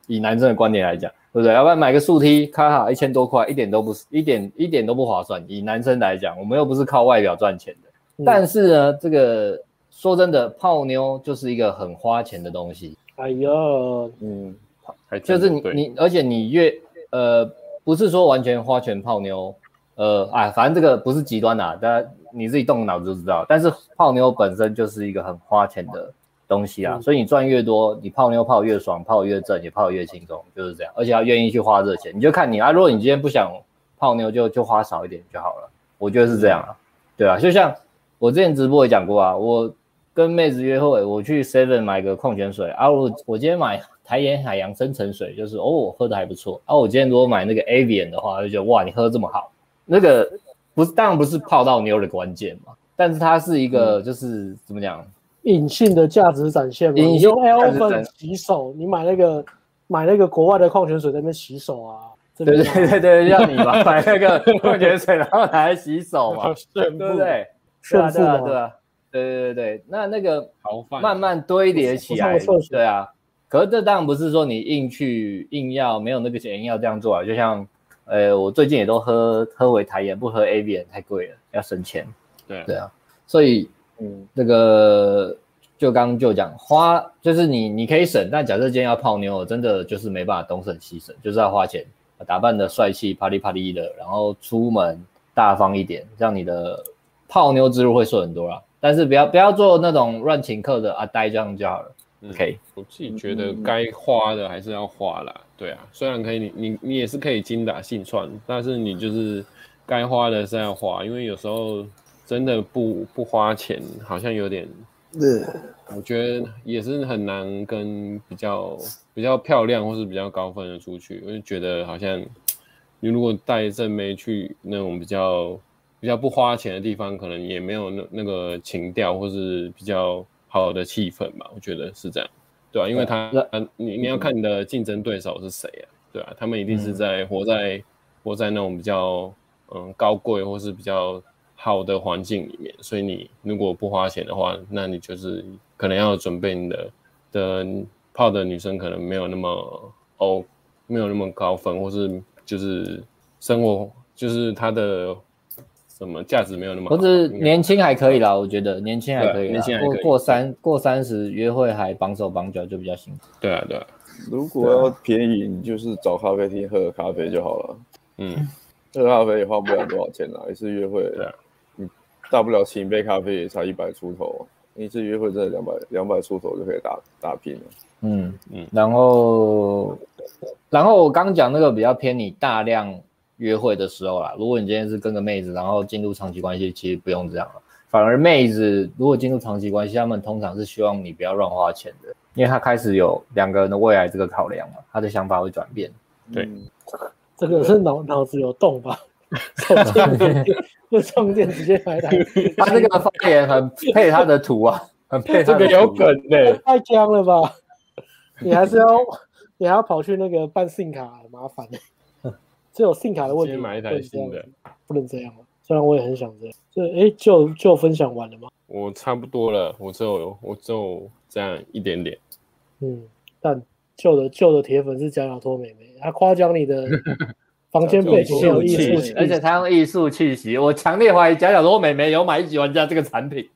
以男生的观点来讲，对不对？要不然买个速梯卡好一千多块，一点都不一点一点都不划算。以男生来讲，我们又不是靠外表赚钱的。嗯、但是呢，这个说真的，泡妞就是一个很花钱的东西。 哎呀， 嗯，就是你你，而且你越呃，不是说完全花钱泡妞，呃，哎，反正这个不是极端的、啊，大家你自己动脑子就知道。但是泡妞本身就是一个很花钱的东西啊，嗯、所以你赚越多，你泡妞泡越爽，泡越正，也泡越轻松，就是这样。而且要愿意去花这钱，你就看你啊，如果你今天不想泡妞就，就就花少一点就好了。我觉得是这样啊，对啊，就像我之前直播也讲过啊，我跟妹子约会，我去 seven 买个矿泉水啊，我我今天买台盐海洋深层水，就是哦，我喝的还不错啊。我今天如果买那个 Avian 的话，就觉得哇，你喝这么好，那个不是当然不是泡到妞的关键嘛，但是它是一个就是、嗯、怎么讲？ 隐性的价值展现嘛，你用 L 粉洗手，你买那个买那个国外的矿泉水在那边洗手啊， 对对对对，让你嘛买那个矿泉水，然后拿来洗手嘛，对不对？对啊对啊对啊，对对对对，那那个慢慢堆叠起来，对啊。可是这当然不是说你硬去硬要没有那个钱硬要这样做啊，就像呃我最近也都喝喝回台盐，不喝 Avian 太贵了，要省钱。 对对啊，所以。嗯，那个就刚刚就讲花，就是你你可以省，但假设今天要泡妞，真的就是没办法东省西省，就是要花钱，打扮的帅气，啪里啪里的，然后出门大方一点，这样你的泡妞之路会顺很多啦。但是不要不要做那种乱请客的啊，呆这样就好了。 嗯、 OK， 我自己觉得该花的还是要花啦，对啊，虽然可以你你你也是可以精打细算，但是你就是该花的是要花，因为有时候。真的不不花钱，好像有点， 对， 我觉得也是很难跟比较比较漂亮或是比较高分的出去。我就觉得好像你如果带正妹去那种比较比较不花钱的地方，可能也没有那那个情调或是比较好的气氛吧。我觉得是这样，对啊，因为他你你要看你的竞争对手是谁啊，对啊，他们一定是在活在活在那种比较嗯高贵或是比较。好的环境里面，所以你如果不花钱的话，那你就是可能要准备你的的泡的女生可能没有那么哦，没有那么高分，或是就是生活就是她的什么价值没有那么好。 或者年轻还可以啦，我觉得年轻还可以啦， 年轻还可以。 过过三过三十约会还绑手绑脚就比较辛苦。 对啊对啊， 如果要便宜，你就是找咖啡厅喝咖啡就好了。嗯，喝咖啡也花不了多少钱啦，一次约会。对啊。大不了请一杯咖啡也才一百出头，一次约会真的两百两百出头就可以打打拼了。 嗯嗯，然后然后我刚讲那个比较偏你大量约会的时候啦，如果你今天是跟个妹子，然后进入长期关系，其实不用这样了。反而妹子如果进入长期关系，他们通常是希望你不要乱花钱的，因为他开始有两个人的未来这个考量嘛，他的想法会转变。 对， 嗯、这个是脑脑子有洞吧？手充电，就充电直接买台。 他这个发言很配他的图啊，很配他的图。 这个有梗嘞、欸， 太僵了吧？你还是要，你还要跑去那个办信卡，很麻烦的、欸。只有信卡的问题， 先买一台新的， 不能这样了。虽然我也很想这样。这哎，就就分享完了吗？ 我差不多了，我只有我只有这样一点点。 嗯，但旧的旧的铁粉是假脚托妹妹，他夸奖你的。房间背景有艺术气息， 而且他用艺术气息，我强烈怀疑假假说美眉有买一级玩家这个产品，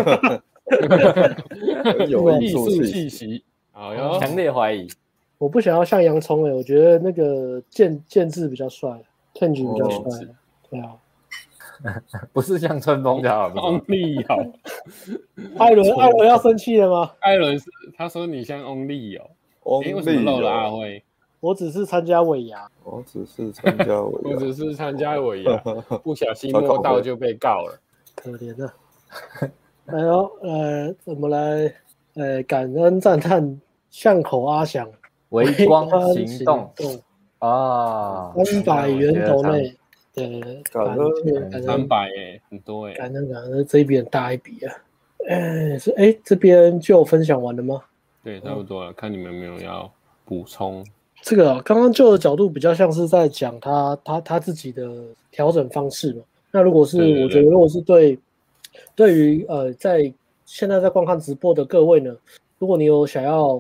有艺术气息，好哟， 强烈怀疑。 我不想要像洋葱诶、欸，我觉得那个建建制比较帅 ，Kenji 比较帅、哦，对啊， 不是像春风就好， 翁立友， 艾伦艾伦要生气了吗？ 艾伦是他说你像翁立友，哎，为什么漏了阿辉？ 我只是参加尾牙， 我只是参加尾牙， 我只是参加尾牙，不小心摸到就被告了， 可怜啊！来哦，呃，我们来，呃，感恩赞叹巷口阿翔， 微光行动啊，三百元斗内，对， 感恩三百哎，很多哎， 感恩感恩，这一笔很大一笔啊！哎，是哎，这边就分享完了吗？ 对，差不多了，看你们有没有要补充。 这个、啊、刚刚就的角度比较像是在讲他他他自己的调整方式嘛。那如果是对对对我觉得如果是对对于呃在现在在观看直播的各位呢，如果你有想要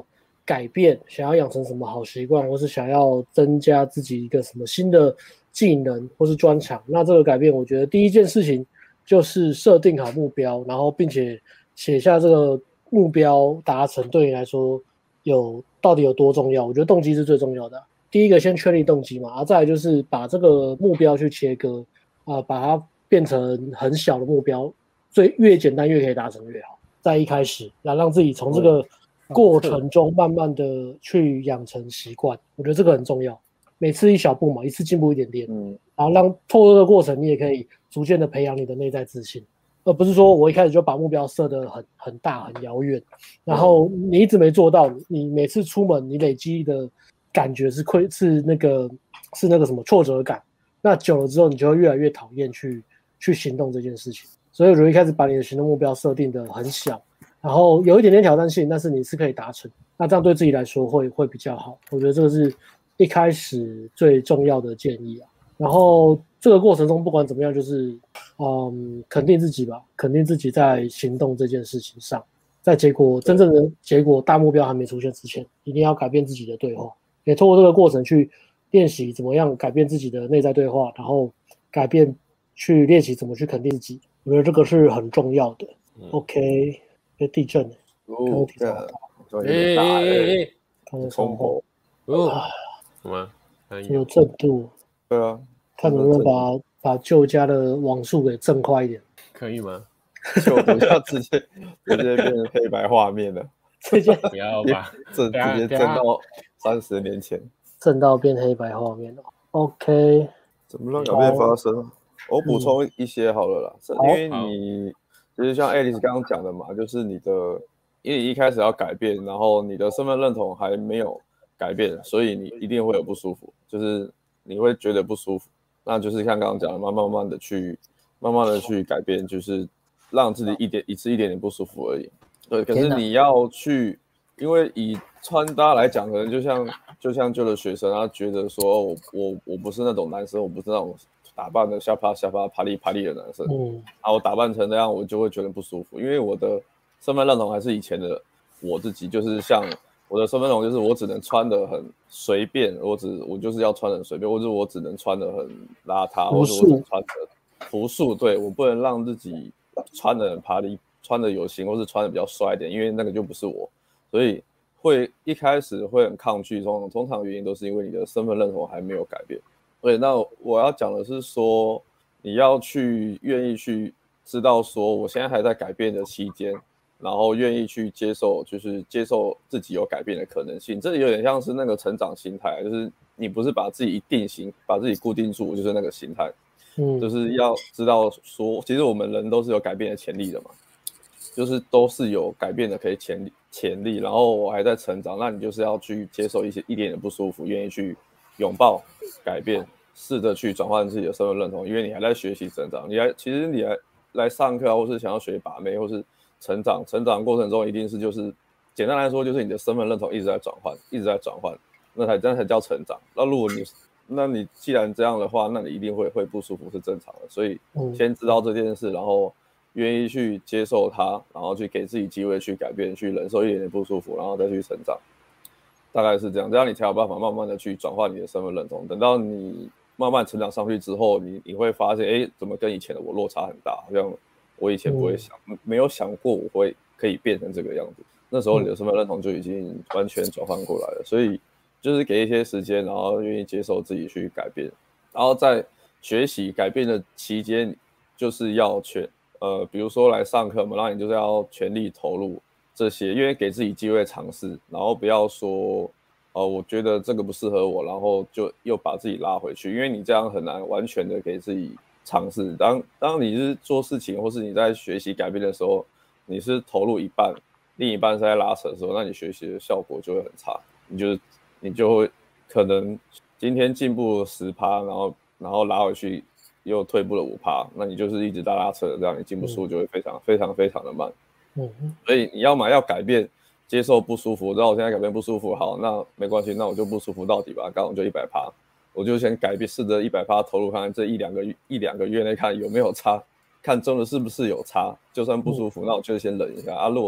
改变，想要养成什么好习惯，或是想要增加自己一个什么新的技能或是专长，那这个改变，我觉得第一件事情就是设定好目标，然后并且写下这个目标达成对你来说有到底有多重要。我觉得动机是最重要的。第一个先确立动机嘛，啊，再来就是把这个目标去切割，啊、呃，把它变成很小的目标，最越简单越可以达成越好。在一开始，来让自己从这个过程中慢慢的去养成习惯，我觉得这个很重要。每次一小步嘛，一次进步一点点，嗯，然后让透过这个过程，你也可以逐渐的培养你的内在自信，而不是说我一开始就把目标设得很很大很遥远，然后你一直没做到，你每次出门你累积的感觉是亏是那个是那个什么挫折感，那久了之后你就会越来越讨厌去去行动这件事情。所以我觉得一开始把你的行动目标设定的很小，然后有一点点挑战性，但是你是可以达成，那这样对自己来说会会比较好。我觉得这个是一开始最重要的建议啊。然后这个过程中不管怎么样，就是嗯肯定自己吧，肯定自己在行动这件事情上，在结果真正的结果大目标还没出现之前，一定要改变自己的对话，也透过这个过程去练习怎么样改变自己的内在对话，然后改变去练习怎么去肯定自己。我觉得这个是很重要的。嗯、OK， 地震了，刚刚体操大， 哎哎哎， 刚刚冲破， 哦，什么？ 有震度。 对啊， 看能不能把把旧家的网速给震快一点， 可以吗？ 就不要直接直接变成黑白画面了， 直接不要吧， 震直接震到三十年前， 震到变黑白画面了。OK， 怎么让改变发生？我补充一些好了啦，嗯、因为你就是像 Alice 刚刚讲的嘛，就是你的，因为你一开始要改变，然后你的身份认同还没有改变，所以你一定会有不舒服，就是你会觉得不舒服，那就是像刚刚讲的，慢慢慢慢的去，慢慢的去改变，就是让自己一点一次一点点不舒服而已。对，可是你要去，因为以穿搭来讲，可能就像就像旧的学生，他觉得说我我我不是那种男生，我不是那种打扮的瞎趴瞎趴啪里啪里的男生，嗯，然后我打扮成那样，我就会觉得不舒服，因为我的身份认同还是以前的我自己，就是像我的身份认同就是我只能穿得很随便，我只我就是要穿得很随便，或者我只能穿得很邋遢，或者我只能穿得朴素，对，我不能让自己穿得很啪里，穿得有型，或是穿得比较帅一点，因为那个就不是我，所以会一开始会很抗拒，通通常原因都是因为你的身份认同还没有改变。对，那我要讲的是说，你要去愿意去知道说，我现在还在改变的期间，然后愿意去接受，就是接受自己有改变的可能性。这有点像是那个成长心态，就是你不是把自己一定型，把自己固定住，就是那个心态。嗯，就是要知道说，其实我们人都是有改变的潜力的嘛，就是都是有改变的可以潜力潜力。然后我还在成长，那你就是要去接受一些一点点不舒服，愿意去拥抱改变，试着去转换自己的身份认同，因为你还在学习成长，你还其实你还来上课啊，或是想要学把妹，或是成长，成长过程中一定是就是简单来说，就是你的身份认同一直在转换，一直在转换，那才这样才叫成长。那如果你那你既然这样的话，那你一定会会不舒服是正常的，所以先知道这件事，然后愿意去接受它，然后去给自己机会去改变，去忍受一点点不舒服，然后再去成长。大概是这样，这样你才有办法慢慢的去转换你的身份认同。等到你慢慢成长上去之后，你你会发现，哎，怎么跟以前的我落差很大？好像我以前不会想，嗯、没有想过我会可以变成这个样子。那时候你的身份认同就已经完全转换过来了。所以就是给一些时间，然后愿意接受自己去改变，然后在学习改变的期间，就是要全呃，比如说来上课嘛，那你就是要全力投入。这些，因为给自己机会尝试，然后不要说，呃，我觉得这个不适合我，然后就又把自己拉回去，因为你这样很难完全的给自己尝试。当当你是做事情或是你在学习改变的时候，你是投入一半，另一半是在拉扯的时候，那你学习的效果就会很差，你就你就会可能今天进步了 百分之十， 然后然后拉回去又退步了 百分之五， 那你就是一直在拉扯的，这样你进步速度就会非常非常非常的慢。所以你要嘛要改变，接受不舒服，然后我现在改变不舒服，好，那没关系，那我就不舒服到底吧，刚好就 百分之百， 我就先改变，试着 百分之百 投入看看这一两个一两个月内看有没有差，看真的是不是有差，就算不舒服，那我就先忍一下啊。如果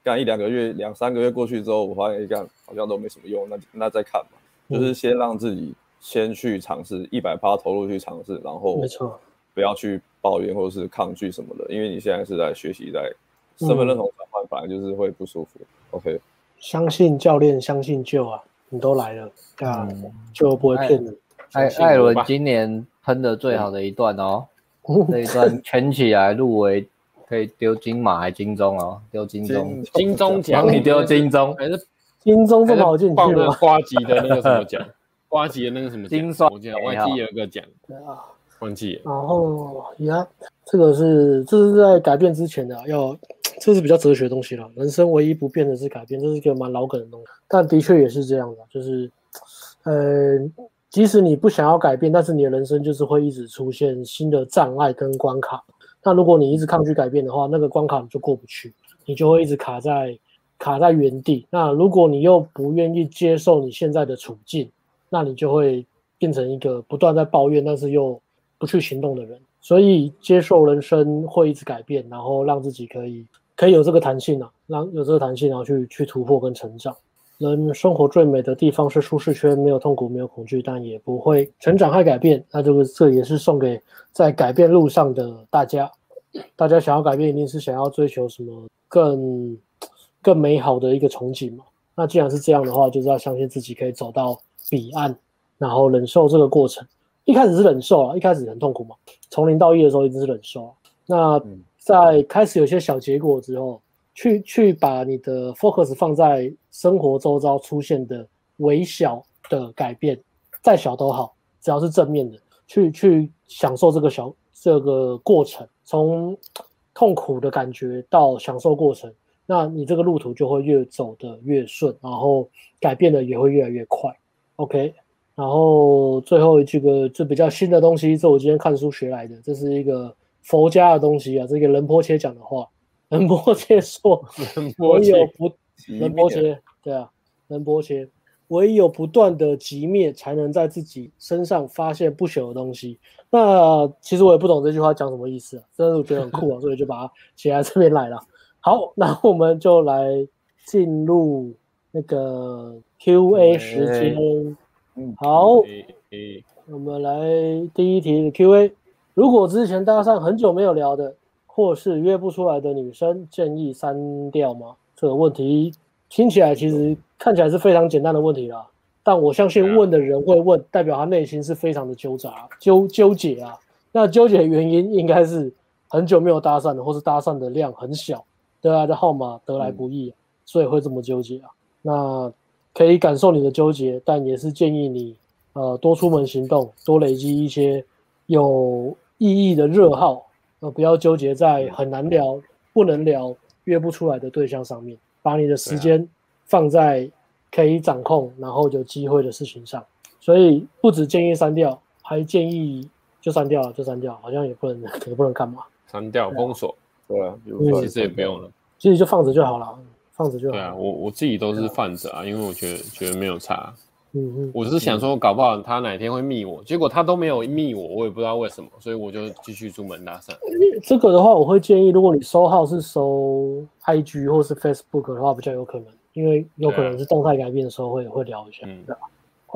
干一两个月、两三个月过去之后，我发现干好像都没什么用，那那再看嘛，就是先让自己先去尝试，一百趴投入去尝试，然后没错， 不要去抱怨或是抗拒什么的，因为你现在是在学习，在身份认同转换，本来就是会不舒服。OK， 相信教练，相信就啊，你都来了，啊，就不会骗你。 艾艾伦今年喷的最好的一段哦，这一段圈起来入围可以丢金马还金钟哦，丢金钟， 金钟奖帮你丢金钟， 还是金钟这么好进去吗？瓜吉的那个什么奖？瓜吉的那个什么奖？ 金双， 我记得忘记有一个奖， 对啊， 忘记了。 然后呀，这个是这是在改变之前的、啊，要这是比较哲学的东西了。人生唯一不变的是改变，这是一个蛮老梗的东西，但的确也是这样的，就是呃。即使你不想要改变，但是你的人生就是会一直出现新的障碍跟关卡。那如果你一直抗拒改变的话，那个关卡你就过不去，你就会一直卡在卡在原地。那如果你又不愿意接受你现在的处境，那你就会变成一个不断在抱怨，但是又不去行动的人。所以接受人生会一直改变，然后让自己可以可以有这个弹性啊，让有这个弹性，然后去去突破跟成长。人生活最美的地方是舒适圈，没有痛苦，没有恐惧，但也不会成长和改变。那这个这也是送给在改变路上的大家。大家想要改变，一定是想要追求什么更更美好的一个憧憬嘛。那既然是这样的话，就是要相信自己可以走到彼岸，然后忍受这个过程。一开始是忍受啊，一开始很痛苦嘛。从零到一的时候一定是忍受、啊。那在开始有些小结果之后。去去把你的 focus 放在生活周遭出现的微小的改变，再小都好，只要是正面的，去去享受这个小这个过程，从痛苦的感觉到享受过程，那你这个路途就会越走得越顺，然后改变的也会越来越快。OK， 然后最后一句个这比较新的东西，这我今天看书学来的，这是一个佛家的东西啊，这个仁波切讲的话。仁波切说：“唯有不仁波切，对啊，仁波切，唯有不断的击灭，才能在自己身上发现不朽的东西。”那其实我也不懂这句话讲什么意思啊，但是我觉得很酷啊，所以就把它写在这边来了。好，那我们就来进入那个 Q A 时间。好，我们来第一题的 Q A。如果之前搭讪很久没有聊的。或是约不出来的女生，建议删掉吗？这个问题听起来其实看起来是非常简单的问题啦，但我相信问的人会问，代表他内心是非常的纠杂、纠纠结啊。那纠结的原因应该是很久没有搭讪的，或是搭讪的量很小，得来的号码得来不易、啊，所以会这么纠结啊。那可以感受你的纠结，但也是建议你呃多出门行动，多累积一些有意义的热号。呃，不要纠结在很难聊、不能聊、约不出来的对象上面，把你的时间放在可以掌控、然后有机会的事情上。所以不只建议删掉，还建议就删掉了，就删掉，好像也不能也不能干嘛。 删掉、封锁， 对啊， 其实也不用了， 其实就放着就好了，放着就好。 对啊，我我自己都是放着啊，因为我觉得觉得没有差。 嗯嗯， 我是想说，搞不好他哪天会密我，结果他都没有密我，我也不知道为什么，所以我就继续出门搭讪。 这个的话，我会建议，如果你收号是收 I G 或是 Facebook 的话，比较有可能，因为有可能是动态改变的时候会会聊一下， 嗯、 对吧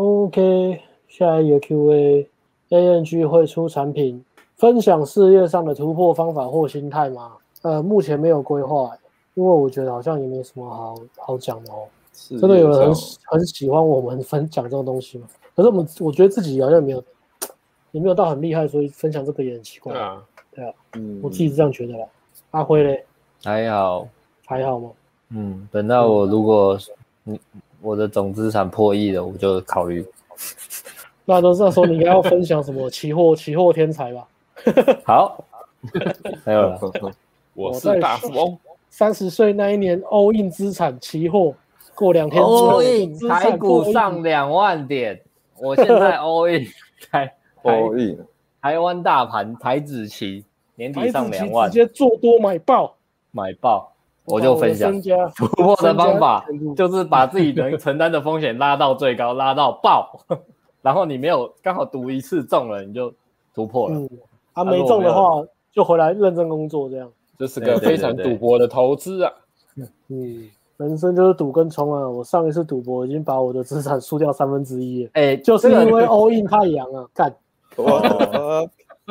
？OK， 下一个 Q A，A N G 会出产品，分享事业上的突破方法或心态吗？呃，目前没有规划，因为我觉得好像也没什么好好讲的哦。真的有人很很喜欢我们分享这种东西吗？可是我们我觉得自己好像没有，也没有到很厉害，所以分享这个也很奇怪。 对啊， 对啊，嗯，我自己是这样觉得啦。阿辉嘞， 还好， 还好吗？ 嗯，等到我如果嗯我的总资产破亿了，我就考虑。 那都是那时候你应该要分享什么期货期货天才吧？ 好，没有了， 我是大富翁。 三十岁那一年 all in 资产期货。过两天 all in 台股上两万点，我现在 all in 台 all in 台湾大盘台指期年底上两万， 直接做多买爆买爆，我就分享突破的方法，就是把自己能承担的风险拉到最高，拉到爆，然后你没有刚好赌一次中了，你就突破了。 嗯，啊没中的话就回来认真工作，这样这是个非常赌博的投资啊。 嗯，人生就是赌跟冲啊！我上一次赌博已经把我的资产输掉三分之一了， 哎、欸， 就是因为 all in 太阳啊，干。 哇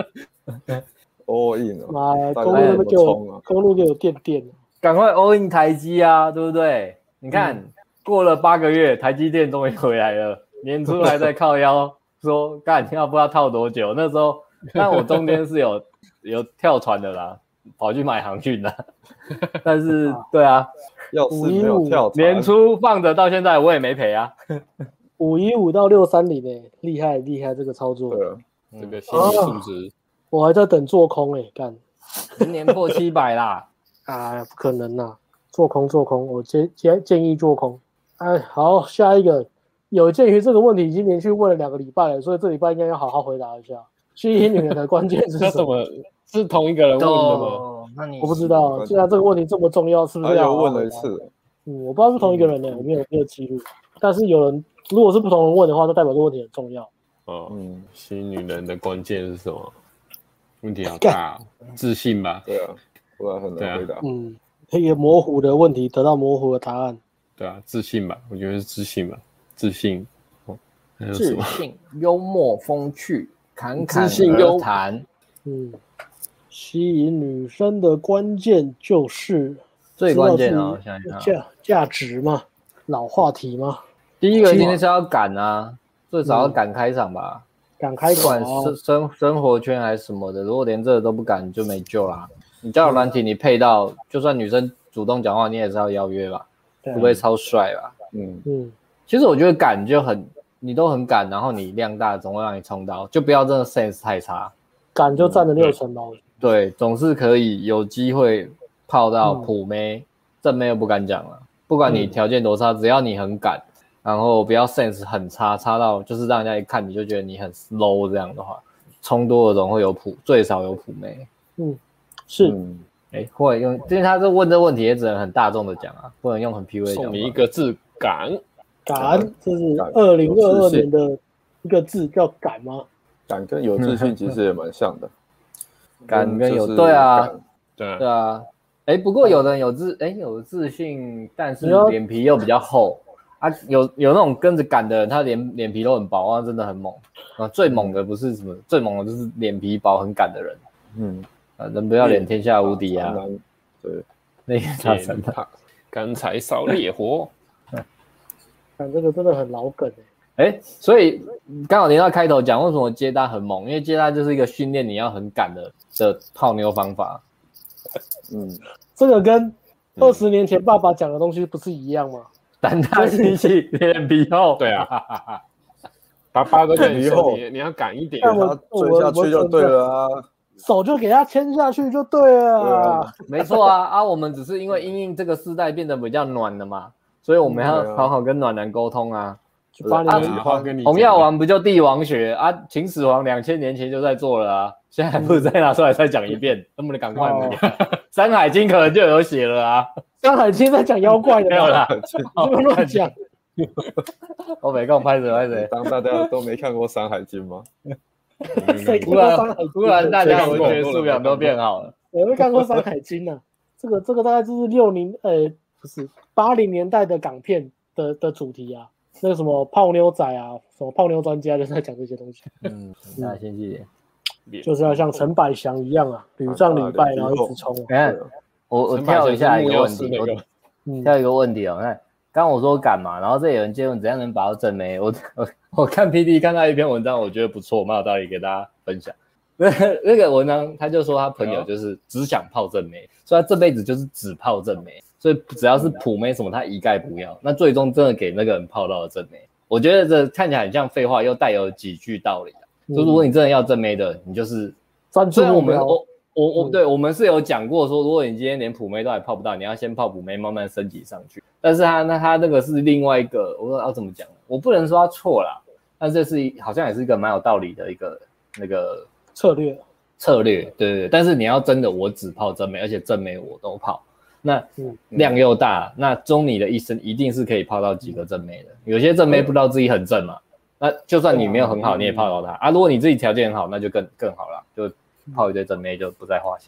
，all in 啊！ 妈呀，公路那边给我，公路给我垫垫， 赶快 all in 台积啊，对不对？你看、嗯、过了八个月，台积电终于回来了，年初还在靠腰说干要不知道套多久，那时候，但我中间是有有跳船的啦，跑去买航运啦，但是对啊， 要是没有跳船， 年初放着到现在我也没赔啊， 五一五到六三零诶，厉害厉害这个操作， 对啊， 嗯、这个心理素质。 我还在等做空诶、欸，干， 明年破七百啦！ 哎，不可能啦，做空做空，我建建建议做空。哎，好，下一个，有鉴于这个问题已经连续问了两个礼拜了，所以这礼拜应该要好好回答一下。吸引女人的关键是什么？ 是同一个人问的吗？ 那你我不知道，既然这个问题这么重要，是不是要好好问了一次？ 嗯，我不知道是同一个人呢、欸，我没有没有记录。但是有人如果是不同人问的话，那代表这个问题很重要。 哦，嗯，吸引女人的关键是什么？问题好大、哦，自信吧？ 对啊，不然很难回答。 啊、嗯，一个模糊的问题得到模糊的答案。 对啊，自信吧，我觉得是自信吧，自信。哦，还有什自么？ 信、幽默、风趣、侃侃而谈。 嗯，吸引女生的关键就是最关键啊，我想想价价值嘛，老话题嘛。 第一个今天是要敢啊，最少要敢开场吧。 敢开口、啊， 不管是生生活圈还是什么的，如果连这个都不敢，就没救啦。你交友软体，你配到，就算女生主动讲话，你也是要邀约吧， 对啊、 除非超帅吧。 嗯嗯， 其实我觉得敢就很，你都很敢，然后你量大，总会让你冲到，就不要真的 sense 太差。 敢就占了六成吧、嗯。 对，总是可以有机会泡到普妹，嗯、正妹又不敢讲了。不管你条件多差，嗯、只要你很敢。然后不要 sense 很差，差到就是让人家一看你就觉得你很 low 这样的话，冲多的总会有普，最少有普妹。 嗯，是。 嗯，哎，或者用，因为他这问这问题也只能很大众的讲啊，不能用很 P U A 讲。 送你一个字，敢。 敢，这是二零二二年的一个字叫敢吗？ 敢跟有自信其实也蛮像的。 敢跟有，对啊， 对对啊。哎，不过有的人有自，哎，有自信，但是脸皮又比较厚。啊，有有那种跟着赶的人，他脸脸皮都很薄啊，真的很猛啊。最猛的不是什么，嗯、最猛的就是脸皮薄很赶的人。 嗯， 啊，人不要脸，天下无敌啊。 对， 那个他真的干柴烧烈火。 看这个真的很老梗哎、欸。所以刚好连到开头讲，为什么接搭很猛？因为接搭就是一个训练你要很赶的的泡妞方法。 嗯， 这个跟二十年前爸爸讲的东西不是一样吗？ 胆大心细，脸皮厚。 对啊，爸爸的脸皮厚，你要敢一点， 他追下去就对了啊， 手就给他牵下去就对了、啊啊。没错啊啊，我们只是因为因应这个世代变得比较暖了嘛，所以我们要好好跟暖男沟通啊。 就把你啊，红药丸不就帝王学啊？秦始皇两千年前就在做了啊，现在还不如再拿出来再讲一遍，能不能赶快一点？《山海经》可能就有写了啊， 《山海经》在讲妖怪的， 没有啦， 不要乱讲。 我没空拍谁拍谁， 当大家都没看过《山海经》吗？ 突然突然大家文学素养都变好了。 我没看过《山海经》啊，这个这个大概就是六零呃不是八零年代的港片的的主题啊。那个什么泡妞仔啊，什么泡妞专家就是在讲这些东西。 嗯，大家先记点，就是要像陈百祥一样啊，屡战屡败，然后一直冲。 你看，我我跳一下一个问题，我跳一个问题哦。看，刚刚我说敢嘛，然后这有人接问怎样能把到正妹。我我我看 P D 看到一篇文章，我觉得不错，蛮有道理，给大家分享。那那个文章他就说他朋友就是只想泡正妹，所以他这辈子就是只泡正妹。所以只要是普妹什么，他一概不要。那最终真的给那个人泡到了正妹，我觉得这看起来很像废话，又带有几句道理、啊嗯、就如果你真的要正妹的，你就是虽然我们我我我对我们是有讲过说，如果你今天连普妹都还泡不到，你要先泡普妹，慢慢升级上去。但是他那他那个是另外一个，我说要怎么讲？我不能说他错啦，但这是好像也是一个蛮有道理的一个那个策略策略，对对对。但是你要真的我只泡正妹，而且正妹我都泡。那量又大，那终你的一生一定是可以泡到几个正妹的。有些正妹不知道自己很正嘛，那就算你没有很好，你也泡到她啊。如果你自己条件很好，那就更更好了，就泡一堆正妹就不在话下。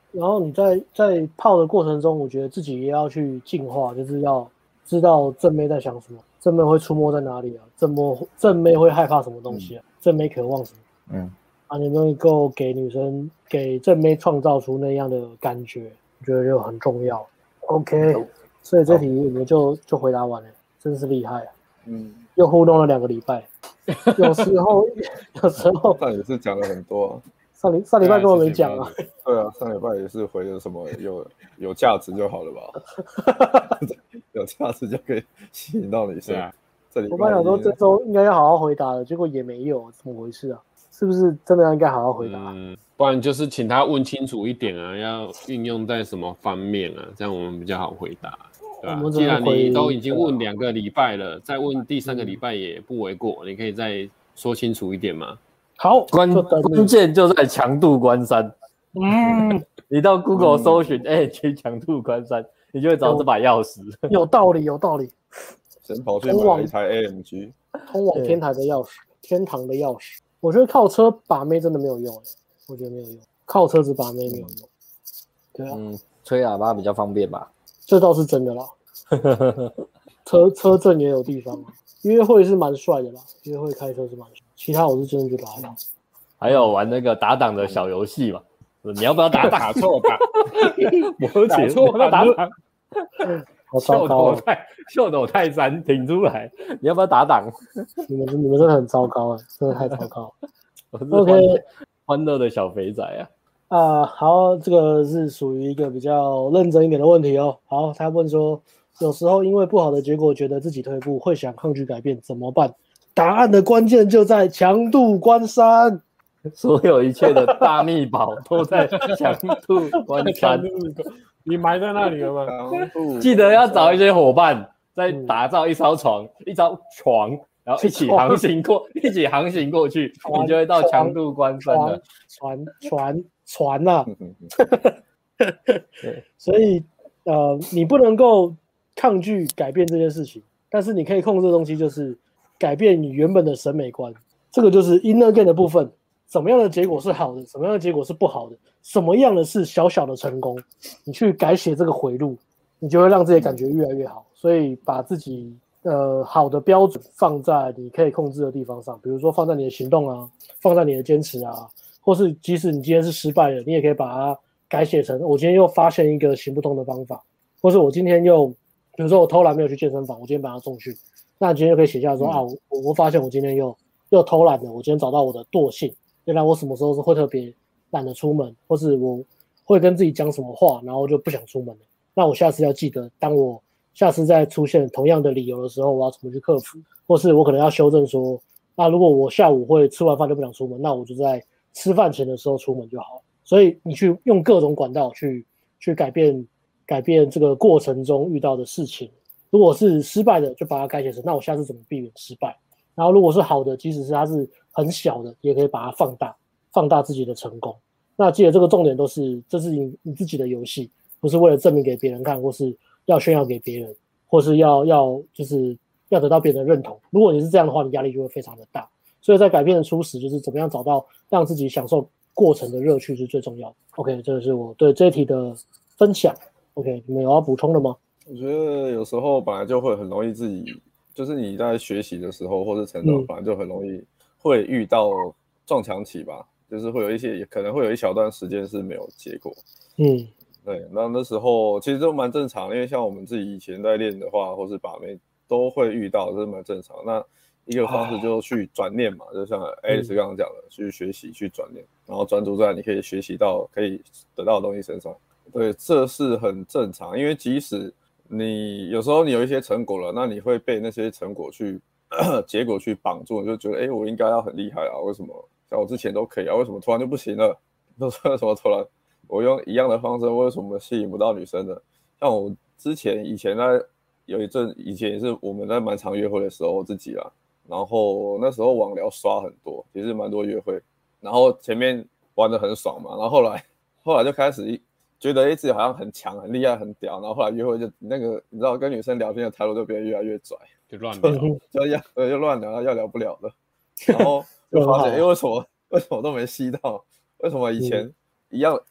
然后你在在泡的过程中，我觉得自己也要去进化，就是要知道正妹在想什么，正妹会出没在哪里啊，正妹正妹会害怕什么东西啊，嗯、正妹渴望什么，嗯，啊，你能够给女生给正妹创造出那样的感觉，我觉得就很重要。OK，、嗯、所以这题我们就就回答完了，真是厉害啊！嗯，又互动了两个礼拜，有时候有时候上也是讲了很多、啊， 上礼上礼拜根本没讲啊。 对啊，上礼拜也是回了什么有有价值就好了吧？有价值就可以吸引到女生。啊、这礼拜我本来想说这周应该要好好回答的，结果也没有，怎么回事啊？是不是真的应该好好回答、啊？ 嗯，不然就是请他问清楚一点啊，要运用在什么方面啊，这样我们比较好回答，对吧？既然你都已经问两个礼拜了，再问第三个礼拜也不为过，嗯、你可以再说清楚一点嘛。 好， 关关键就在强度关山。嗯，你到 Google 搜寻，哎、嗯，去、欸、强度关山，你就会找这把钥匙。 有道理，有道理。 先跑去买一台 A M G， 通往天台的钥匙，天堂的钥匙。我觉得靠车把妹真的没有用、欸，我觉得没有用，靠车子把妹没有用。对啊， 嗯，吹喇叭比较方便吧？ 这倒是真的啦。车车震也有地方，约会是蛮帅的啦，约会开车是蛮帅，其他我是真的觉得还好。 还有玩那个打档的小游戏嘛？你要不要打档？ 打错档， 我打错档，打档。 好糟糕、啊！ 秀斗泰山挺出来，你要不要打档？ 你们你们真的很糟糕哎、欸，真的太糟糕了。 OK， 欢乐的小肥仔啊！ 啊、呃，好，这个是属于一个比较认真一点的问题哦。好，他问说，有时候因为不好的结果，觉得自己退步，会想抗拒改变，怎么办？答案的关键就在强度关山。 所有一切的大秘宝都在强度关山。 你埋在那里了吗？ 记得要找一些伙伴，再打造一艘床，嗯、一艘床，然后一起航行过，一起航行过去，你就会到强度关山了。 船船船呐、啊！所以呃，你不能够抗拒改变这件事情，但是你可以控制的东西就是改变你原本的审美观。这个就是 inner game 的部分。什么样的结果是好的，什么样的结果是不好的，什么样的是小小的成功，你去改写这个回路，你就会让自己感觉越来越好。所以把自己呃好的标准放在你可以控制的地方上，比如说放在你的行动啊，放在你的坚持啊，或是即使你今天是失败了，你也可以把它改写成我今天又发现一个行不通的方法，或是我今天又比如说我偷懒没有去健身房，我今天把它重训，那你今天就可以写下说、嗯、啊，我我发现我今天又又偷懒了，我今天找到我的惰性。原来我什么时候是会特别懒得出门，或是我会跟自己讲什么话，然后就不想出门了。那我下次要记得，当我下次再出现同样的理由的时候，我要怎么去克服，或是我可能要修正说，那如果我下午会吃完饭就不想出门，那我就在吃饭前的时候出门就好。所以你去用各种管道去去改变改变这个过程中遇到的事情。如果是失败的，就把它改写成那我下次怎么避免失败。然后如果是好的，即使是它是很小的，也可以把它放大，放大自己的成功。那记得这个重点都是，这是你你自己的游戏，不是为了证明给别人看，或是要炫耀给别人，或是要要就是要得到别人的认同。如果你是这样的话，你压力就会非常的大。所以在改变的初始，就是怎么样找到让自己享受过程的乐趣是最重要的。OK， 这是我对这一题的分享。OK， 你们有要补充的吗？ 我觉得有时候本来就会很容易自己。就是你在学习的时候，或是成长，本来就很容易会遇到撞墙期吧。就是会有一些，可能会有一小段时间是没有结果。 嗯， 对。那那时候其实都蛮正常，因为像我们自己以前在练的话，或是把妹都会遇到，这是蛮正常。那一个方式就去转念嘛，就像 Alice 刚刚讲的，去学习，去转念，然后专注在你可以学习到、可以得到的东西身上。对，这是很正常，因为即使你有时候你有一些成果了，那你会被那些成果去结果去绑住，你就觉得哎、欸，我应该要很厉害啊，为什么像我之前都可以啊，为什么突然就不行了？为什么突然我用一样的方式，为什么吸引不到女生呢？像我之前以前在有一阵，以前也是我们在蛮常约会的时候，我自己啦，然后那时候网聊刷很多，其实蛮多约会，然后前面玩得很爽嘛，然后后来后来就开始觉得自己好像很强、很厉害、很屌，然后后来约会就那个，你知道，跟女生聊天的态度就变得越来越拽， 就乱聊， 就要呃就乱聊，要聊不了了。然后就发现，哎、欸，为什么为什么都没吸到？为什么以前一样一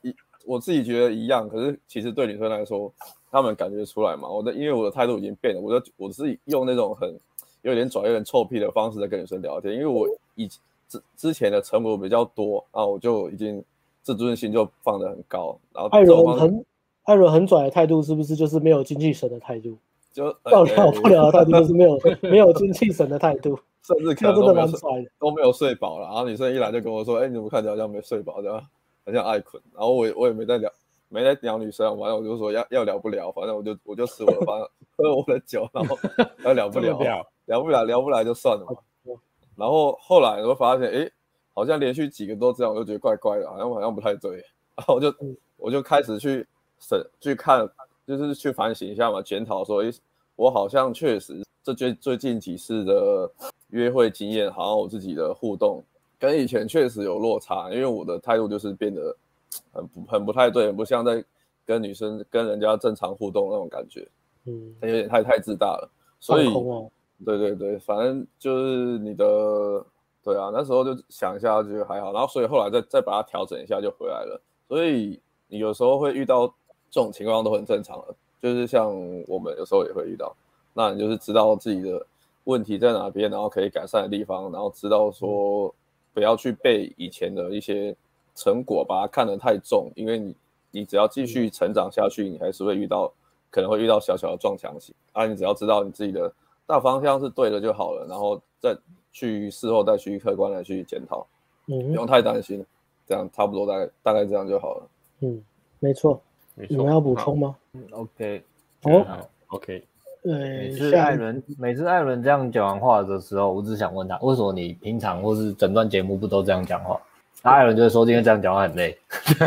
我自己觉得一样，可是其实对女生来说，她们感觉出来嘛。我的因为我的态度已经变了，我就我是用那种很有点拽、有点臭屁的方式在跟女生聊天，因为我以之之前的成果比较多啊，我就已经自尊心就放得很高。然后艾伦很艾伦很拽的态度是不是就是没有精气神的态度？ 就爆料爆料的态度就是没有没有精气神的态度， 甚至可能都没有睡都没有睡饱了。然后女生一来就跟我说：“哎、欸，你怎么看起来好像没睡饱，这样好像爱困。”然后我也我也没在聊没在聊女生，反正我就说要要聊不聊，反正我就我就吃我的饭，喝我的酒，然后要聊不聊聊不了聊不来就算了嘛。然后后来我发现，哎、欸，好像连续几个都这样，我就觉得怪怪的，好像好像不太对。然后我就我就开始去审去看，就是去反省一下嘛，检讨说，哎、欸，我好像确实这最最近几次的约会经验，好像我自己的互动跟以前确实有落差，因为我的态度就是变得很不很不太对，很不像在跟女生跟人家正常互动那种感觉，嗯，有点太太自大了，所以。对对对，反正就是你的，对啊，那时候就想一下，觉得还好，然后所以后来再再把它调整一下就回来了。所以你有时候会遇到这种情况都很正常的，就是像我们有时候也会遇到，那你就是知道自己的问题在哪边，然后可以改善的地方，然后知道说不要去被以前的一些成果把它看得太重，因为你你只要继续成长下去，你还是会遇到可能会遇到小小的撞墙期啊，你只要知道你自己的大方向是对的就好了，然后再去事后再去客观的去检讨，嗯，不用太担心，这样差不多大概大概这样就好了。 嗯，没错，没错。你们要补充吗？ 嗯 ，OK， 哦 ，OK。 每次艾伦每次艾伦这样讲完话的时候，我只想问他，为什么你平常或是整段节目不都这样讲话？艾伦就会说今天这样讲话很累，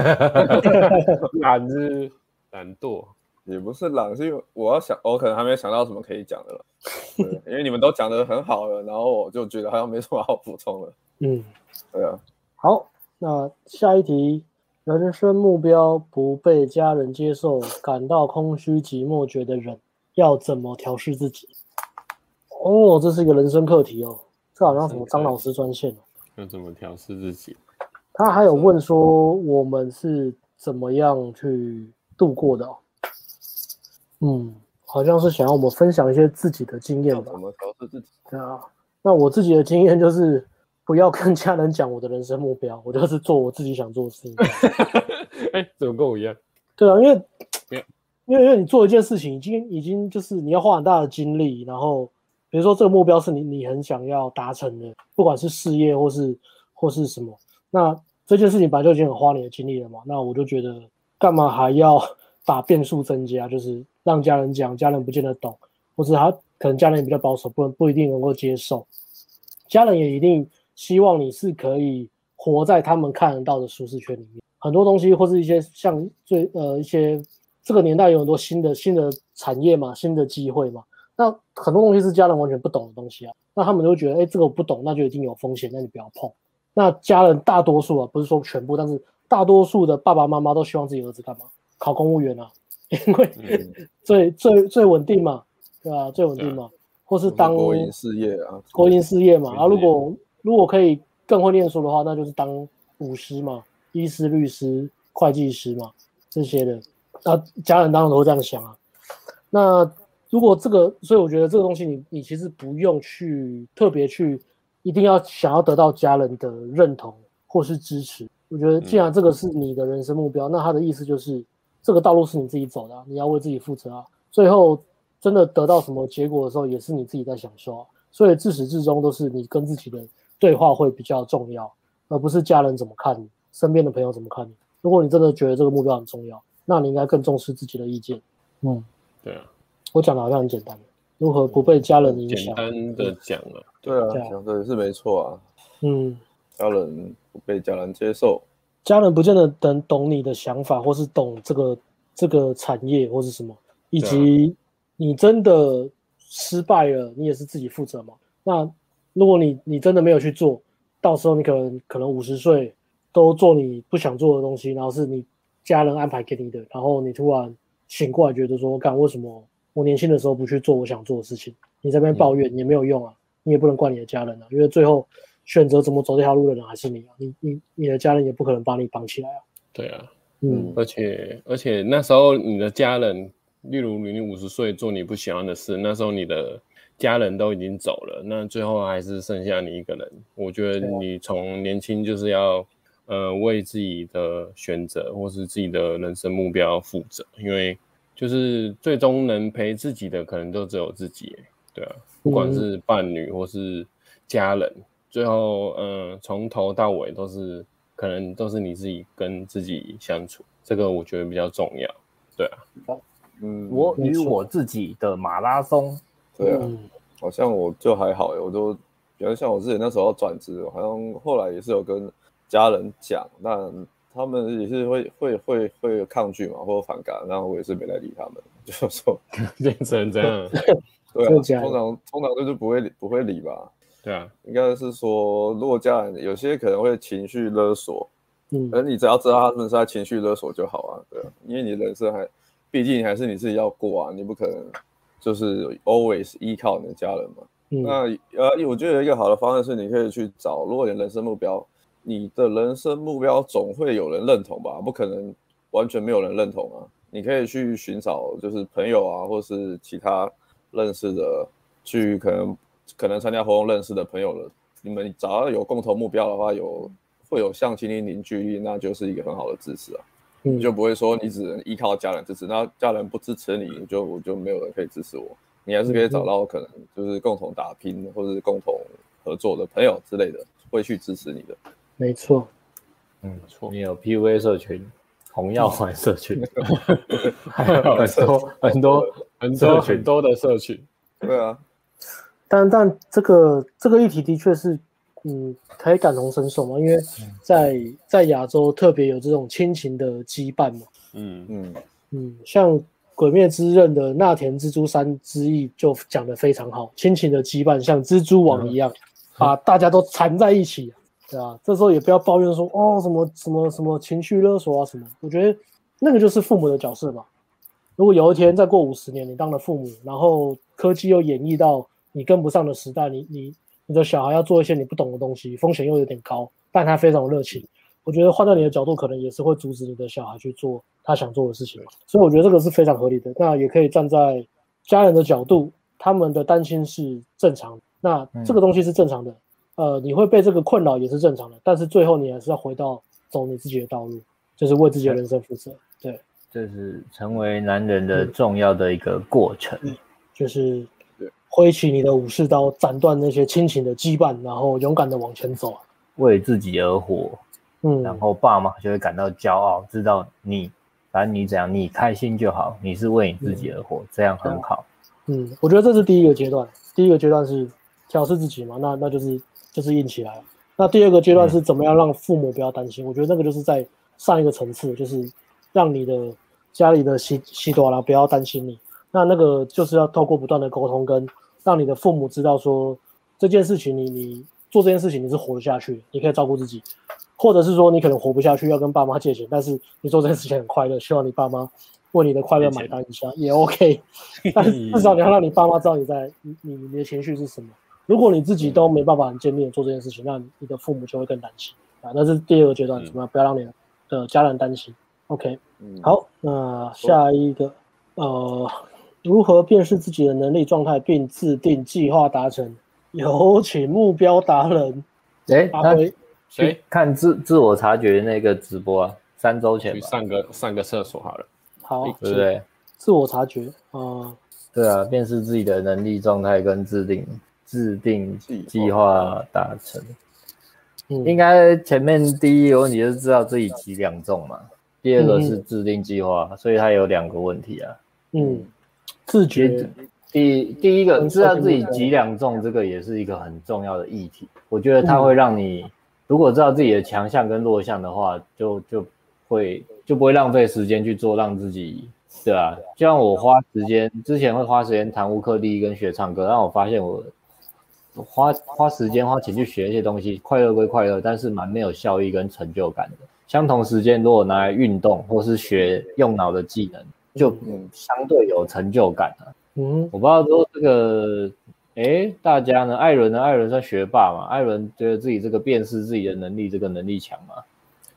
懒是懒惰。 也不是懒，是因为我要想，我可能还没想到什么可以讲的了。对，因为你们都讲得很好了，然后我就觉得好像没什么好补充了。嗯，对啊。 好，那下一题，人生目标不被家人接受，感到空虚寂寞觉的人，要怎么调适自己？哦，这是一个人生课题哦，这好像什么张老师专线哦。 要怎么调适自己？ 他还有问说，我们是怎么样去度过的哦？嗯，好像是想要我们分享一些自己的经验吧。 怎么调适自己？ 对啊，那我自己的经验就是不要跟家人讲我的人生目标，我就是做我自己想做的事情。 哎、欸，怎么跟我一样？ 对啊，因为因为因为你做一件事情，已经已经就是你要花很大的精力，然后比如说这个目标是你你很想要达成的，不管是事业或是或是什么，那这件事情本来就已经很花你的精力了嘛，那我就觉得干嘛还要把变数增加，就是让家人讲，家人不见得懂，或者他可能家人也比较保守，不不一定能够接受。家人也一定希望你是可以活在他们看得到的舒适圈里面。很多东西或是一些像最呃一些这个年代有很多新的新的产业嘛，新的机会嘛。那很多东西是家人完全不懂的东西啊，那他们就会觉得，哎，这个我不懂，那就一定有风险，那你不要碰。那家人大多数啊，不是说全部，但是大多数的爸爸妈妈都希望自己儿子干嘛？考公务员啊，因为、嗯、最最最稳定嘛，对吧、啊？最稳定嘛，或是当国营事业啊， 国营事业嘛。啊，如果如果可以更会念书的话，那就是当武师嘛，医师、律师、会计师嘛，这些的。那、啊、家人当然都会这样想啊。那如果这个，所以我觉得这个东西你，你你其实不用去特别去，一定要想要得到家人的认同或是支持。我觉得既然这个是你的人生目标，那他的意思就是这个道路是你自己走的、啊，你要为自己负责啊。最后真的得到什么结果的时候，也是你自己在享受啊。所以自始至终都是你跟自己的对话会比较重要，而不是家人怎么看你，身边的朋友怎么看你。如果你真的觉得这个目标很重要，那你应该更重视自己的意见。嗯， 对啊， 我讲的好像很简单，如何不被家人影响？ 简单的讲了， 对啊，讲的是没错啊。 嗯， 家人不被家人接受， 家人不见得能懂你的想法，或是懂这个这个产业或是什么，以及你真的失败了，你也是自己负责嘛。那如果你你真的没有去做，到时候你可能可能五十岁都做你不想做的东西，然后是你家人安排给你的，然后你突然醒过来觉得说，干为什么我年轻的时候不去做我想做的事情？你这边抱怨也没有用啊，你也不能怪你的家人啊，因为最后选择怎么走这条路的人还是你啊，你你你的家人也不可能把你绑起来啊。 对啊， 嗯，而且而且那时候你的家人，例如你五十岁做你不喜欢的事，那时候你的家人都已经走了，那最后还是剩下你一个人。我觉得你从年轻就是要呃为自己的选择或是自己的人生目标负责，因为就是最终能陪自己的可能都只有自己，对啊，不管是伴侣或是家人，最后嗯从头到尾都是。可能都是你自己跟自己相处，这个我觉得比较重要，对啊。 嗯，我与我自己的马拉松， 对啊，好像我就还好，我都比如像我之前那时候转职，好像后来也是有跟家人讲，但他们也是会会会会抗拒嘛，或反感，然后我也是没来理他们，就说变成这样， 对啊，通常通常就是不会不会理吧。 对啊， 应该是说，如果家人有些可能会情绪勒索，嗯，而你只要知道他们是在情绪勒索就好啊，对啊，因为你人生还，毕竟还是你自己要过啊，你不可能就是 always 依靠你的家人嘛。嗯、那呃，我觉得有一个好的方案是，你可以去找，如果你人生目标，你的人生目标总会有人认同吧，不可能完全没有人认同啊。你可以去寻找，就是朋友啊，或是其他认识的，去可能。可能参加活动认识的朋友了，你们只要有共同目标的话，有会有向心力凝聚力，那就是一个很好的支持啊。嗯、你就不会说你只能依靠家人支持，那家人不支持你，你就我就没有人可以支持我。你还是可以找到可能就是共同打拼或是共同合作的朋友之类的，会去支持你的。 没错， 嗯，错。你有 P U A 社群、红药丸社群，还有很多很多很多很多的社群， 对啊。 但但这个这个议题的确是，嗯，可以感同身受嘛，因为在在亚洲特别有这种亲情的羁绊嘛，嗯嗯嗯，像《鬼灭之刃》的那田蜘蛛山之役就讲得非常好，亲情的羁绊像蜘蛛网一样，把大家都缠在一起，对啊，这时候也不要抱怨说哦什么什么什么情绪勒索啊什么，我觉得那个就是父母的角色嘛。如果有一天再过五十年，你当了父母，然后科技又演绎到你跟不上的时代，你你你的小孩要做一些你不懂的东西，风险又有点高，但他非常有热情。我觉得换到你的角度，可能也是会阻止你的小孩去做他想做的事情。所以我觉得这个是非常合理的。那也可以站在家人的角度，他们的担心是正常的，那这个东西是正常的。呃，你会被这个困扰也是正常的，但是最后你还是要回到走你自己的道路，就是为自己的人生负责。对， 这是成为男人的重要的一个过程， 嗯、就是挥起你的武士刀，斩断那些亲情的羁绊，然后勇敢的往前走， 为自己而活。嗯，然后爸妈就会感到骄傲，知道你，反正你怎样，你开心就好，你是为你自己而活，嗯、这样很好。 嗯，我觉得这是第一个阶段，第一个阶段是调试自己嘛，那那就是就是硬起来了。那第二个阶段是怎么样让父母不要担心？嗯、我觉得那个就是在上一个层次，就是让你的家里的西西多拉不要担心你。那那个就是要透过不断的沟通，跟让你的父母知道说这件事情你你做这件事情你是活得下去的，你可以照顾自己。或者是说你可能活不下去，要跟爸妈借钱，但是你做这件事情很快乐，希望你爸妈为你的快乐买单一下也 OK。但是至少你要让你爸妈知道你在你你你的情绪是什么。如果你自己都没办法很坚定的做这件事情，那你的父母就会更担心啊。那是第二个阶段，怎么样不要让你的家人担心 ？OK， 好，那下一个呃，如何辨识自己的能力状态，并制定计划达成？有请目标达人阿辉。 去看自自我察觉那个直播啊，三周前吧。 去上个上个厕所好了。 好， 对不对？ 自我察觉啊、呃， 对啊，辨识自己的能力状态跟制定制定计划达成。嗯，应该前面第一个问题就是知道自己几两重嘛，第二个是制定计划，嗯、所以它有两个问题啊。 嗯，自觉。 第第一个知道自己几两重，这个也是一个很重要的议题。我觉得它会让你。嗯如果知道自己的强项跟弱项的话，就就会就不会浪费时间去做让自己，对啊，就像我花时间之前会花时间弹乌克丽丽跟学唱歌，让我发现我花花时间花钱去学一些东西，快乐归快乐，但是蛮没有效益跟成就感的。相同时间如果拿来运动或是学用脑的技能，就相对有成就感了。嗯，我不知道说这个。哎，大家呢？艾伦呢？艾伦算学霸嘛？艾伦觉得自己这个辨识自己的能力，这个能力强吗？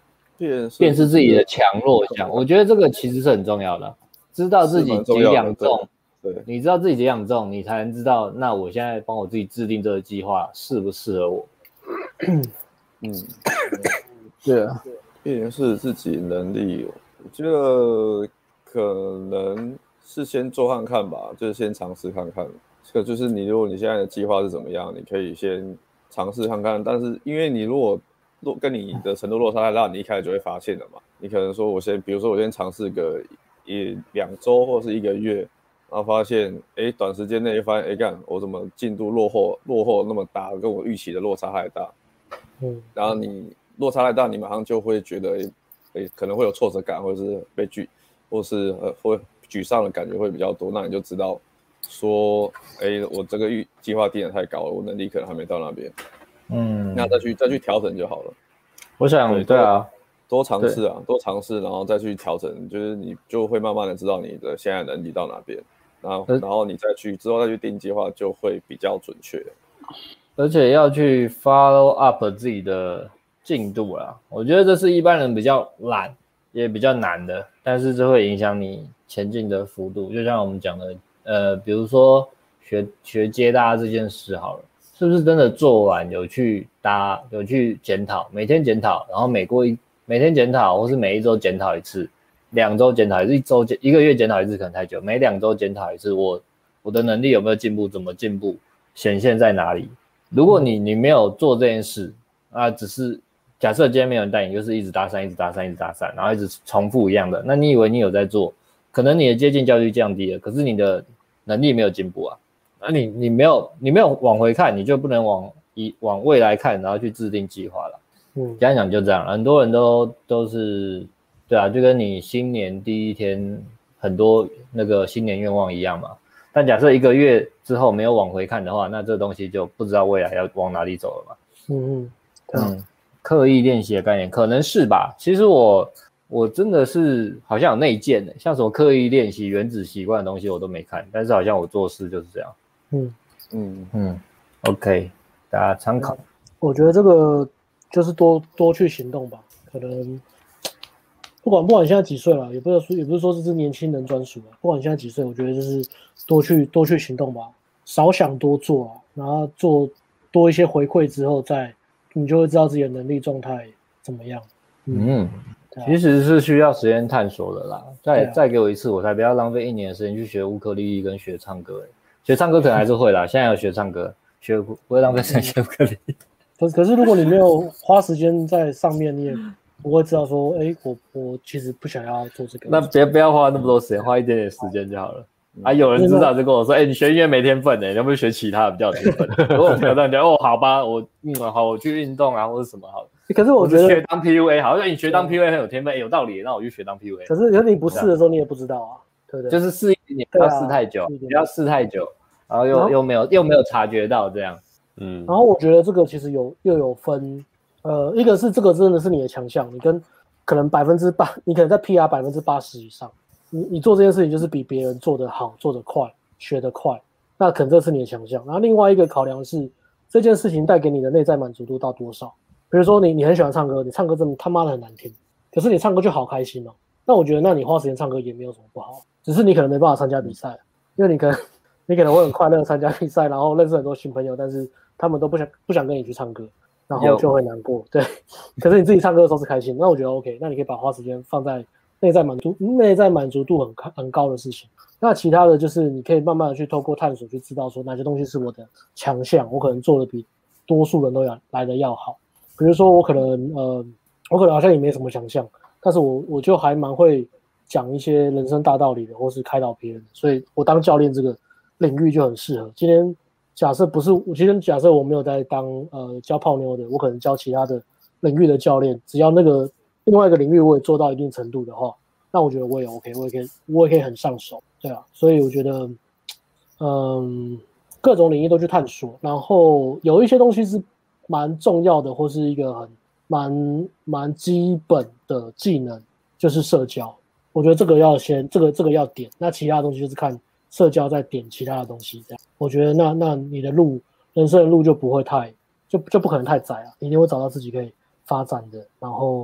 辨识自己的强弱项，我觉得这个其实是很重要的，知道自己几两重， 对， 你知道自己几两重，你才能知道，那我现在帮我自己制定这个计划适不适合我。 嗯， 对啊， 辨识自己能力，我觉得可能是先做看看吧，就是先尝试看看。这个就是你，如果你现在的计划是怎么样，你可以先尝试看看。但是因为你如果落跟你的程度落差太大，你一开始就会发现了嘛。你可能说我先，比如说我先尝试个一两周或是一个月，然后发现，哎，短时间内发现，哎干，我怎么进度落后落后那么大，跟我预期的落差太大。嗯，然后你落差太大，你马上就会觉得，哎，可能会有挫折感，或者是被拒，或是呃会沮丧的感觉会比较多。那你就知道说，哎，我这个预计划定得太高了，我能力可能还没到那边。嗯，那再去再去调整就好了。 我想，对, 对啊， 多尝试啊，多尝试，然后再去调整，就是你就会慢慢的知道你的现在能力到哪边，然后、呃、然后你再去之后再去定计划就会比较准确。 而且要去 follow up 自己的进度啦，我觉得这是一般人比较懒也比较难的，但是这会影响你前进的幅度。就像我们讲的，呃，比如说学学接搭这件事好了。是不是真的做完有去搭有去检讨，每天检讨，然后每过一每天检讨，或是每一周检讨一次，两周检讨一次，一周一个月检讨一次可能太久，每两周检讨一次，我我的能力有没有进步，怎么进步，显现在哪里？如果你你没有做这件事啊，只是假设今天没有人带你，就是一直搭讪，一直搭讪，一直搭讪，然后一直重复一样的，那你以为你有在做，可能你的接近效率降低了，可是你的能力没有进步啊。那、啊、你你没有你没有往回看，你就不能往以往未来看，然后去制定计划了。嗯，简单讲就这样，很多人都都是对啊，就跟你新年第一天很多那个新年愿望一样嘛。但假设一个月之后没有往回看的话，那这东西就不知道未来要往哪里走了嘛。嗯嗯嗯，刻意练习的概念可能是吧。其实我我真的是好像有内建的，像什么刻意练习、原子习惯的东西我都没看，但是好像我做事就是这样。嗯嗯嗯 ，OK， 大家参考。 我觉得这个就是多多去行动吧。可能不管不管现在几岁了，也不是说也不是说这是年轻人专属啊。不管现在几岁，我觉得就是多去多去行动吧，少想多做啊，然后做多一些回馈之后再，你就会知道自己的能力状态怎么样。 嗯，啊、其实是需要时间探索的啦。再、啊、再给我一次，我才不要浪费一年的时间去学乌克丽丽跟学唱歌、欸。学唱歌可能还是会啦，现在有学唱歌，学不会浪费时间学乌克丽丽。 可可是如果你没有花时间在上面，你也不会知道说，哎、欸，我我其实不想要做这个。 那别不要花那么多时间，花一点点时间就好了。啊，有人知道就跟我说，哎、欸，你学音乐没天分呢、欸，你要不要学其他的比较有天分？如果我没有这样讲，哦，好吧，我嗯好，我去运动啊，或者什么好。 可是我觉得学当 P U A 好，像你学当 P U A 很有天分，欸、有道理，那我就学当 P U A。 可是可是你不试的时候，你也不知道啊，对不对？ 就是试一点点，不要试太久，不要试太久。然后又然后又没有又没有察觉到这样， 嗯。然后我觉得这个其实有又有分，呃，一个是这个真的是你的强项，你跟可能百分之八，你可能在 P R 百分之八十以上，你你做这件事情就是比别人做得好，做得快，学得快，那可能这是你的强项。然后另外一个考量是这件事情带给你的内在满足度到多少。比如说你你很喜欢唱歌，你唱歌真的他妈的很难听，可是你唱歌就好开心哦。那我觉得那你花时间唱歌也没有什么不好，只是你可能没办法参加比赛，因为你可能。你可能会很快乐参加比赛，然后认识很多新朋友，但是他们都不想不想跟你去唱歌，然后就会难过。对，可是你自己唱歌的时候是开心，那我觉得 OK， 那你可以把花时间放在内在满足内在满足度很很高的事情。那其他的就是你可以慢慢的去透过探索去知道说哪些东西是我的强项，我可能做的比多数人都要来的要好。比如说我可能呃我可能好像也没什么强项，但是我我就还蛮会讲一些人生大道理的，或是开导别人的，所以我当教练这个领域就很适合。今天假设不是，今天假设我没有在当呃教泡妞的，我可能教其他的领域的教练，只要那个另外一个领域我也做到一定程度的话，那我觉得我也 OK， 我也可以我也可以很上手，对啊。所以我觉得，嗯，各种领域都去探索，然后有一些东西是蛮重要的，或是一个很蛮蛮基本的技能，就是社交。我觉得这个要先，这个这个要点，那其他的东西就是看。社交再点其他的东西，这样我觉得那那你的路人生的路就不会太就就不可能太窄啊，你一定会找到自己可以发展的，然后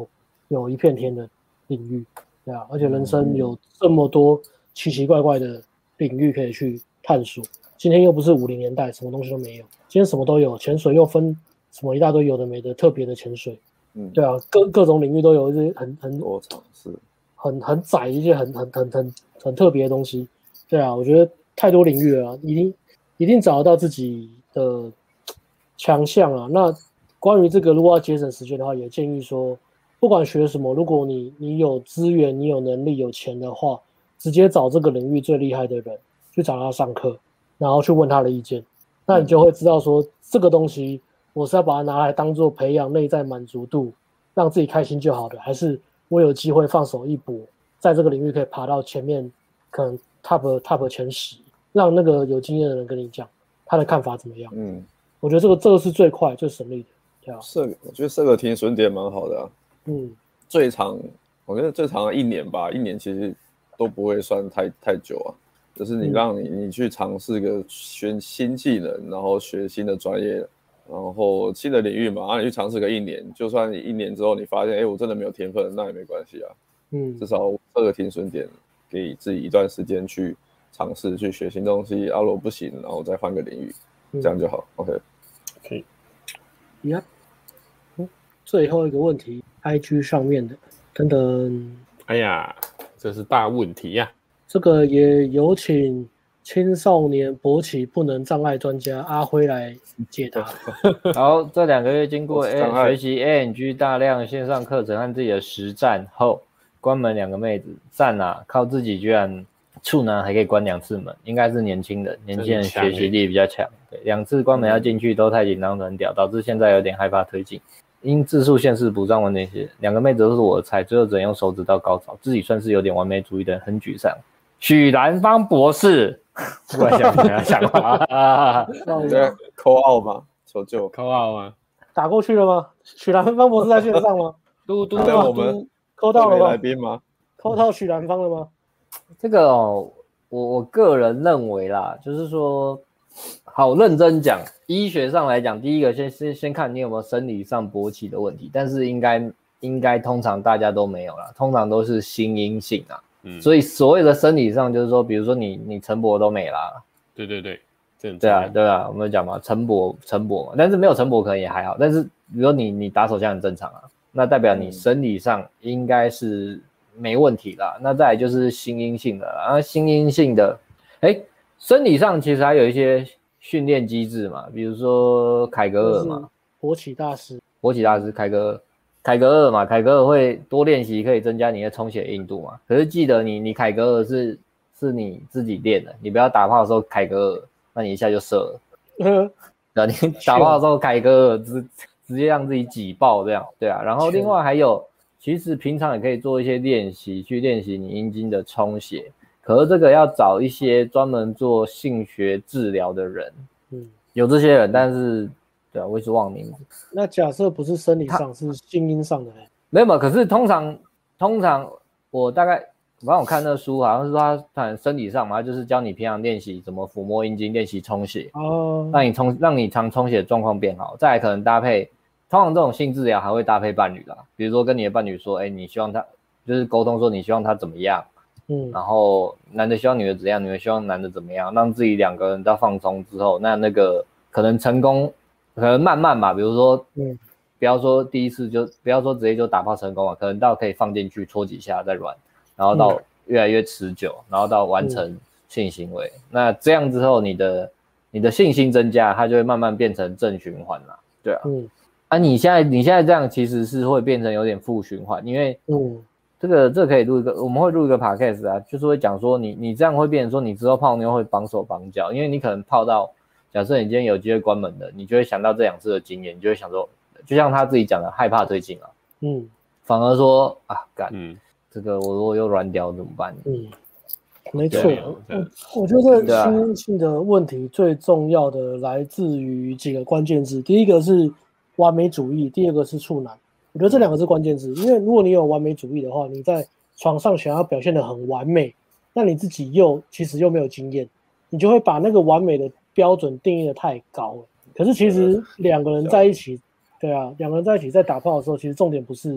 有一片天的领域，对啊，而且人生有这么多奇奇怪怪的领域可以去探索。今天又不是五零年代，什么东西都没有，今天什么都有，潜水又分什么一大堆有的没的特别的潜水，嗯，对啊，各各种领域都有一些很很多尝试， 很很窄一些很很很很很特别的东西，对啊，我觉得太多领域了啊，一定一定找得到自己的强项啊。那关于这个，如果要节省时间的话，也建议说，不管学什么，如果你你有资源、你有能力、有钱的话，直接找这个领域最厉害的人去找他上课。然后去问他的意见，那你就会知道说，这个东西我是要把它拿来当做培养内在满足度，让自己开心就好的，还是我有机会放手一搏，在这个领域可以爬到前面，可能 top top 前十，让那个有经验的人跟你讲他的看法怎么样。嗯，我觉得这个这个是最快最省力的，对啊。 设我觉得设个停损点蛮好的啊。嗯，最长我觉得最长的一年吧，一年其实都不会算太太久啊。就是你让你你去尝试个学新技能，然后学新的专业，然后新的领域嘛，然后你去尝试个一年，就算你一年之后你发现，哎，我真的没有天分，那也没关系啊。嗯，至少设个停损点，给自己一段时间去尝试去学新东西，啊，如果不行，然后再换个领域，这样就好。OK， 可以。 呀，嗯，最后一个问题 ，I G 上面的，等等。 哎呀，这是大问题呀、啊。 这个也有请青少年勃起不能障碍专家阿辉来解答。 好，这两个月经过 A 学习 A N G 大量线上课程和自己的实战后，关门两个妹子，赞啊！靠自己居然处男还可以关两次门，应该是年轻人，年轻人学习力比较强。对，两次关门要进去都太紧张很屌，导致现在有点害怕推进。因字数限制补上完那些，两个妹子都是我的菜，最后只能用手指到高潮，自己算是有点完美主义的人，很沮丧。许兰芳博士，突然想起来想法啊， 对，扣奥吗？求救， 扣奥吗？ 打过去了吗？许兰芳博士在线上吗？ 嘟嘟对我们扣到了吗？ 来宾吗？ 扣到许兰芳了吗？ 这个哦，我我个人认为啦，就是说，好认真讲，医学上来讲，第一个先先先看你有没有生理上勃起的问题，但是应该应该通常大家都没有啦，通常都是心因性啊。嗯，所以所谓的生理上就是说，比如说你你晨勃都没啦， 对对对， 对啊对啊，我们讲嘛，晨勃晨勃嘛，但是没有晨勃可能也还好，但是比如说你你打手枪很正常啊，那代表你生理上应该是没问题啦。嗯、那再来就是心因性的啦，然后心因性的，哎，生理上其实还有一些训练机制嘛，比如说凯格尔嘛， 勃起大师， 勃起大师凯格尔。凯格尔嘛，凯格尔会多练习，可以增加你的充血硬度嘛。可是记得你，你凯格尔是是你自己练的，你不要打炮的时候凯格尔，那你一下就射了。嗯，对，你打炮的时候凯格尔直直接让自己挤爆这样，对啊。然后另外还有，其实平常也可以做一些练习，去练习你阴茎的充血。可是这个要找一些专门做性学治疗的人，嗯，有这些人，但是。对啊，我一直忘名字。 那假设不是生理上，是心因上的、欸， 没有嘛？可是通常通常我大概，反正我看那个书，好像是说他谈生理上嘛，他就是教你平常练习怎么抚摸阴茎，练习充血，哦，让你充让你常充血的状况变好。再来可能搭配，通常这种性治疗还会搭配伴侣啦，比如说跟你的伴侣说，哎、欸，你希望他就是沟通说你希望他怎么样，嗯，然后男的希望女的怎样，女的希望男的怎么样，让自己两个人到放松之后，那那个可能成功。可能慢慢吧，比如说，嗯，不要说第一次就不要说直接就打炮成功嘛，可能到可以放进去搓几下再软，然后到越来越持久，嗯、然后到完成性行为。嗯、那这样之后，你的你的信心增加，它就会慢慢变成正循环啦。对啊，嗯，啊，你现在你现在这样其实是会变成有点负循环，因为嗯，这个这个可以录一个，我们会录一个 podcast 啊，就是会讲说你你这样会变成说你之后泡妞会绑手绑脚，因为你可能泡到。假设你今天有机会关门的，你就会想到这两次的经验，你就会想说，就像他自己讲的，害怕推进啊，嗯，反而说啊，干，嗯，这个我如果又软掉怎么办？ 嗯，没错，我觉得这个心因性的问题最重要的来自于几个关键字，第一个是完美主义，第二个是处男，我觉得这两个是关键字，因为如果你有完美主义的话，你在床上想要表现得很完美，那你自己又其实又没有经验，你就会把那个完美的标准定义的太高了，可是其实两个人在一起，对啊，两个人在一起在打炮的时候，其实重点不是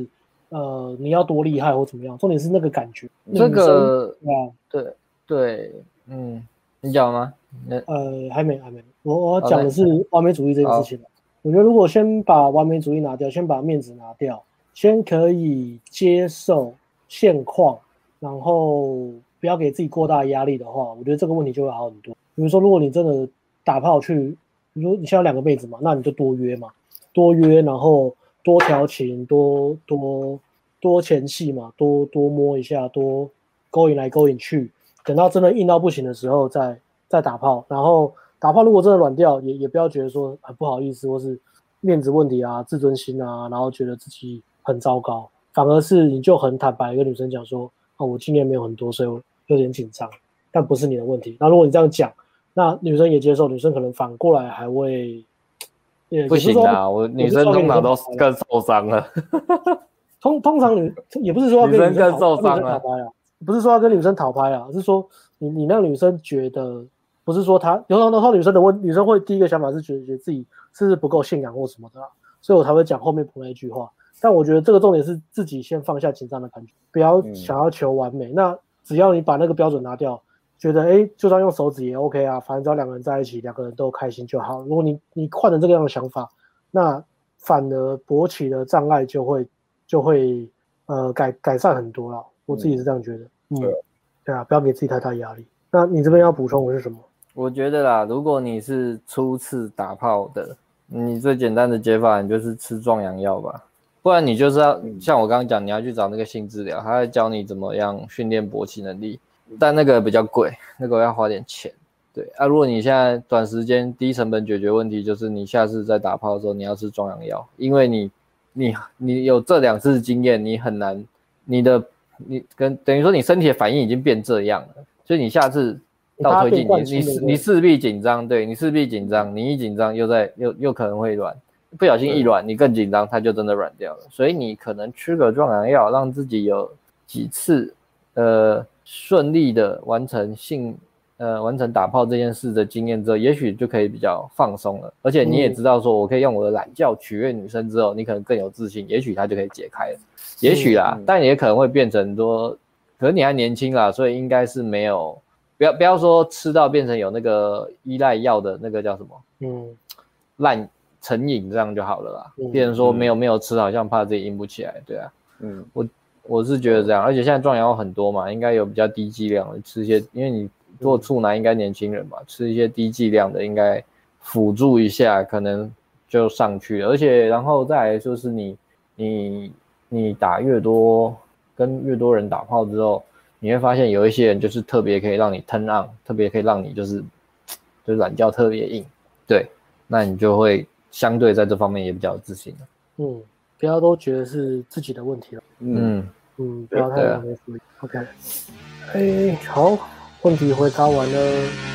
呃你要多厉害或怎么样，重点是那个感觉。 这个对对，嗯，你讲吗？ 呃，还没还没，我我要讲的是完美主义这件事情。我觉得如果先把完美主义拿掉，先把面子拿掉，先可以接受现况，然后不要给自己过大的压力的话，我觉得这个问题就会好很多。比如说，如果你真的打炮去，比如说你现在两个妹子嘛，那你就多约嘛，多约，然后多调情，多多多前戏嘛，多多摸一下，多勾引来勾引去，等到真的硬到不行的时候再再打炮，然后。打炮如果真的软掉，也也不要觉得说很不好意思，或是面子问题啊、自尊心啊，然后觉得自己很糟糕，反而是你就很坦白跟女生讲说，哦，我今年没有很多，所以我有点紧张，但不是你的问题。那如果你这样讲，那女生也接受，女生可能反过来还会， 不行啊，我女生通常都更受伤了。 通通常女也不是说要跟女生更受伤了，不是说要跟女生讨拍啊，是说你你让女生觉得。不是说他有时候女生的问，女生会第一个想法是觉得觉得自己是不是不够性感或什么的、啊，所以我才会讲后面补那一句话。但我觉得这个重点是自己先放下紧张的感觉，不要想要求完美。嗯、那只要你把那个标准拿掉，觉得哎，就算用手指也 OK 啊，反正只要两个人在一起，两个人都开心就好。如果你你换成这个样的想法，那反而勃起的障碍就会就会呃改改善很多了。我自己是这样觉得。嗯，嗯对啊，不要给自己太大压力。那你这边要补充的是什么？ 我觉得啦，如果你是初次打炮的，你最简单的解法你就是吃壮阳药吧，不然你就是要像我刚刚讲，你要去找那个性治疗，他会教你怎么样训练勃起能力，但那个比较贵，那个要花点钱。对啊，如果你现在短时间低成本解决问题，就是你下次在打炮的时候你要吃壮阳药，因为你你你有这两次经验，你很难，你的你跟等于说你身体的反应已经变这样了，所以你下次。倒推进你你你势必紧张，对你势必紧张，你一紧张又在又又可能会软，不小心一软，你更紧张，它就真的软掉了。所以你可能吃个壮阳药，让自己有几次呃顺利的完成性呃完成打炮这件事的经验之后，也许就可以比较放松了。而且你也知道说，我可以用我的懒觉取悦女生之后，你可能更有自信，也许它就可以解开了。也许啦，嗯、但也可能会变成说，可能你还年轻啦，所以应该是没有。不要不要说吃到变成有那个依赖药的那个叫什么，嗯，烂成瘾这样就好了啦。嗯、变成说没有没有吃，好像怕自己硬不起来，对啊。嗯，我我是觉得这样，而且现在壮阳药很多嘛，应该有比较低剂量的吃一些，因为你如果处男应该年轻人嘛，吃一些低剂量的应该辅助一下，可能就上去了。而且然后再来就是你你你打越多，跟越多人打炮之后。你会发现有一些人就是特别可以让你 turn on， 特别可以让你就是就是懒觉特别硬，对，那你就会相对在这方面也比较有自信了。 嗯，不要都觉得是自己的问题了。嗯嗯，不要太往内处理。OK， 哎，好，问题回答完了。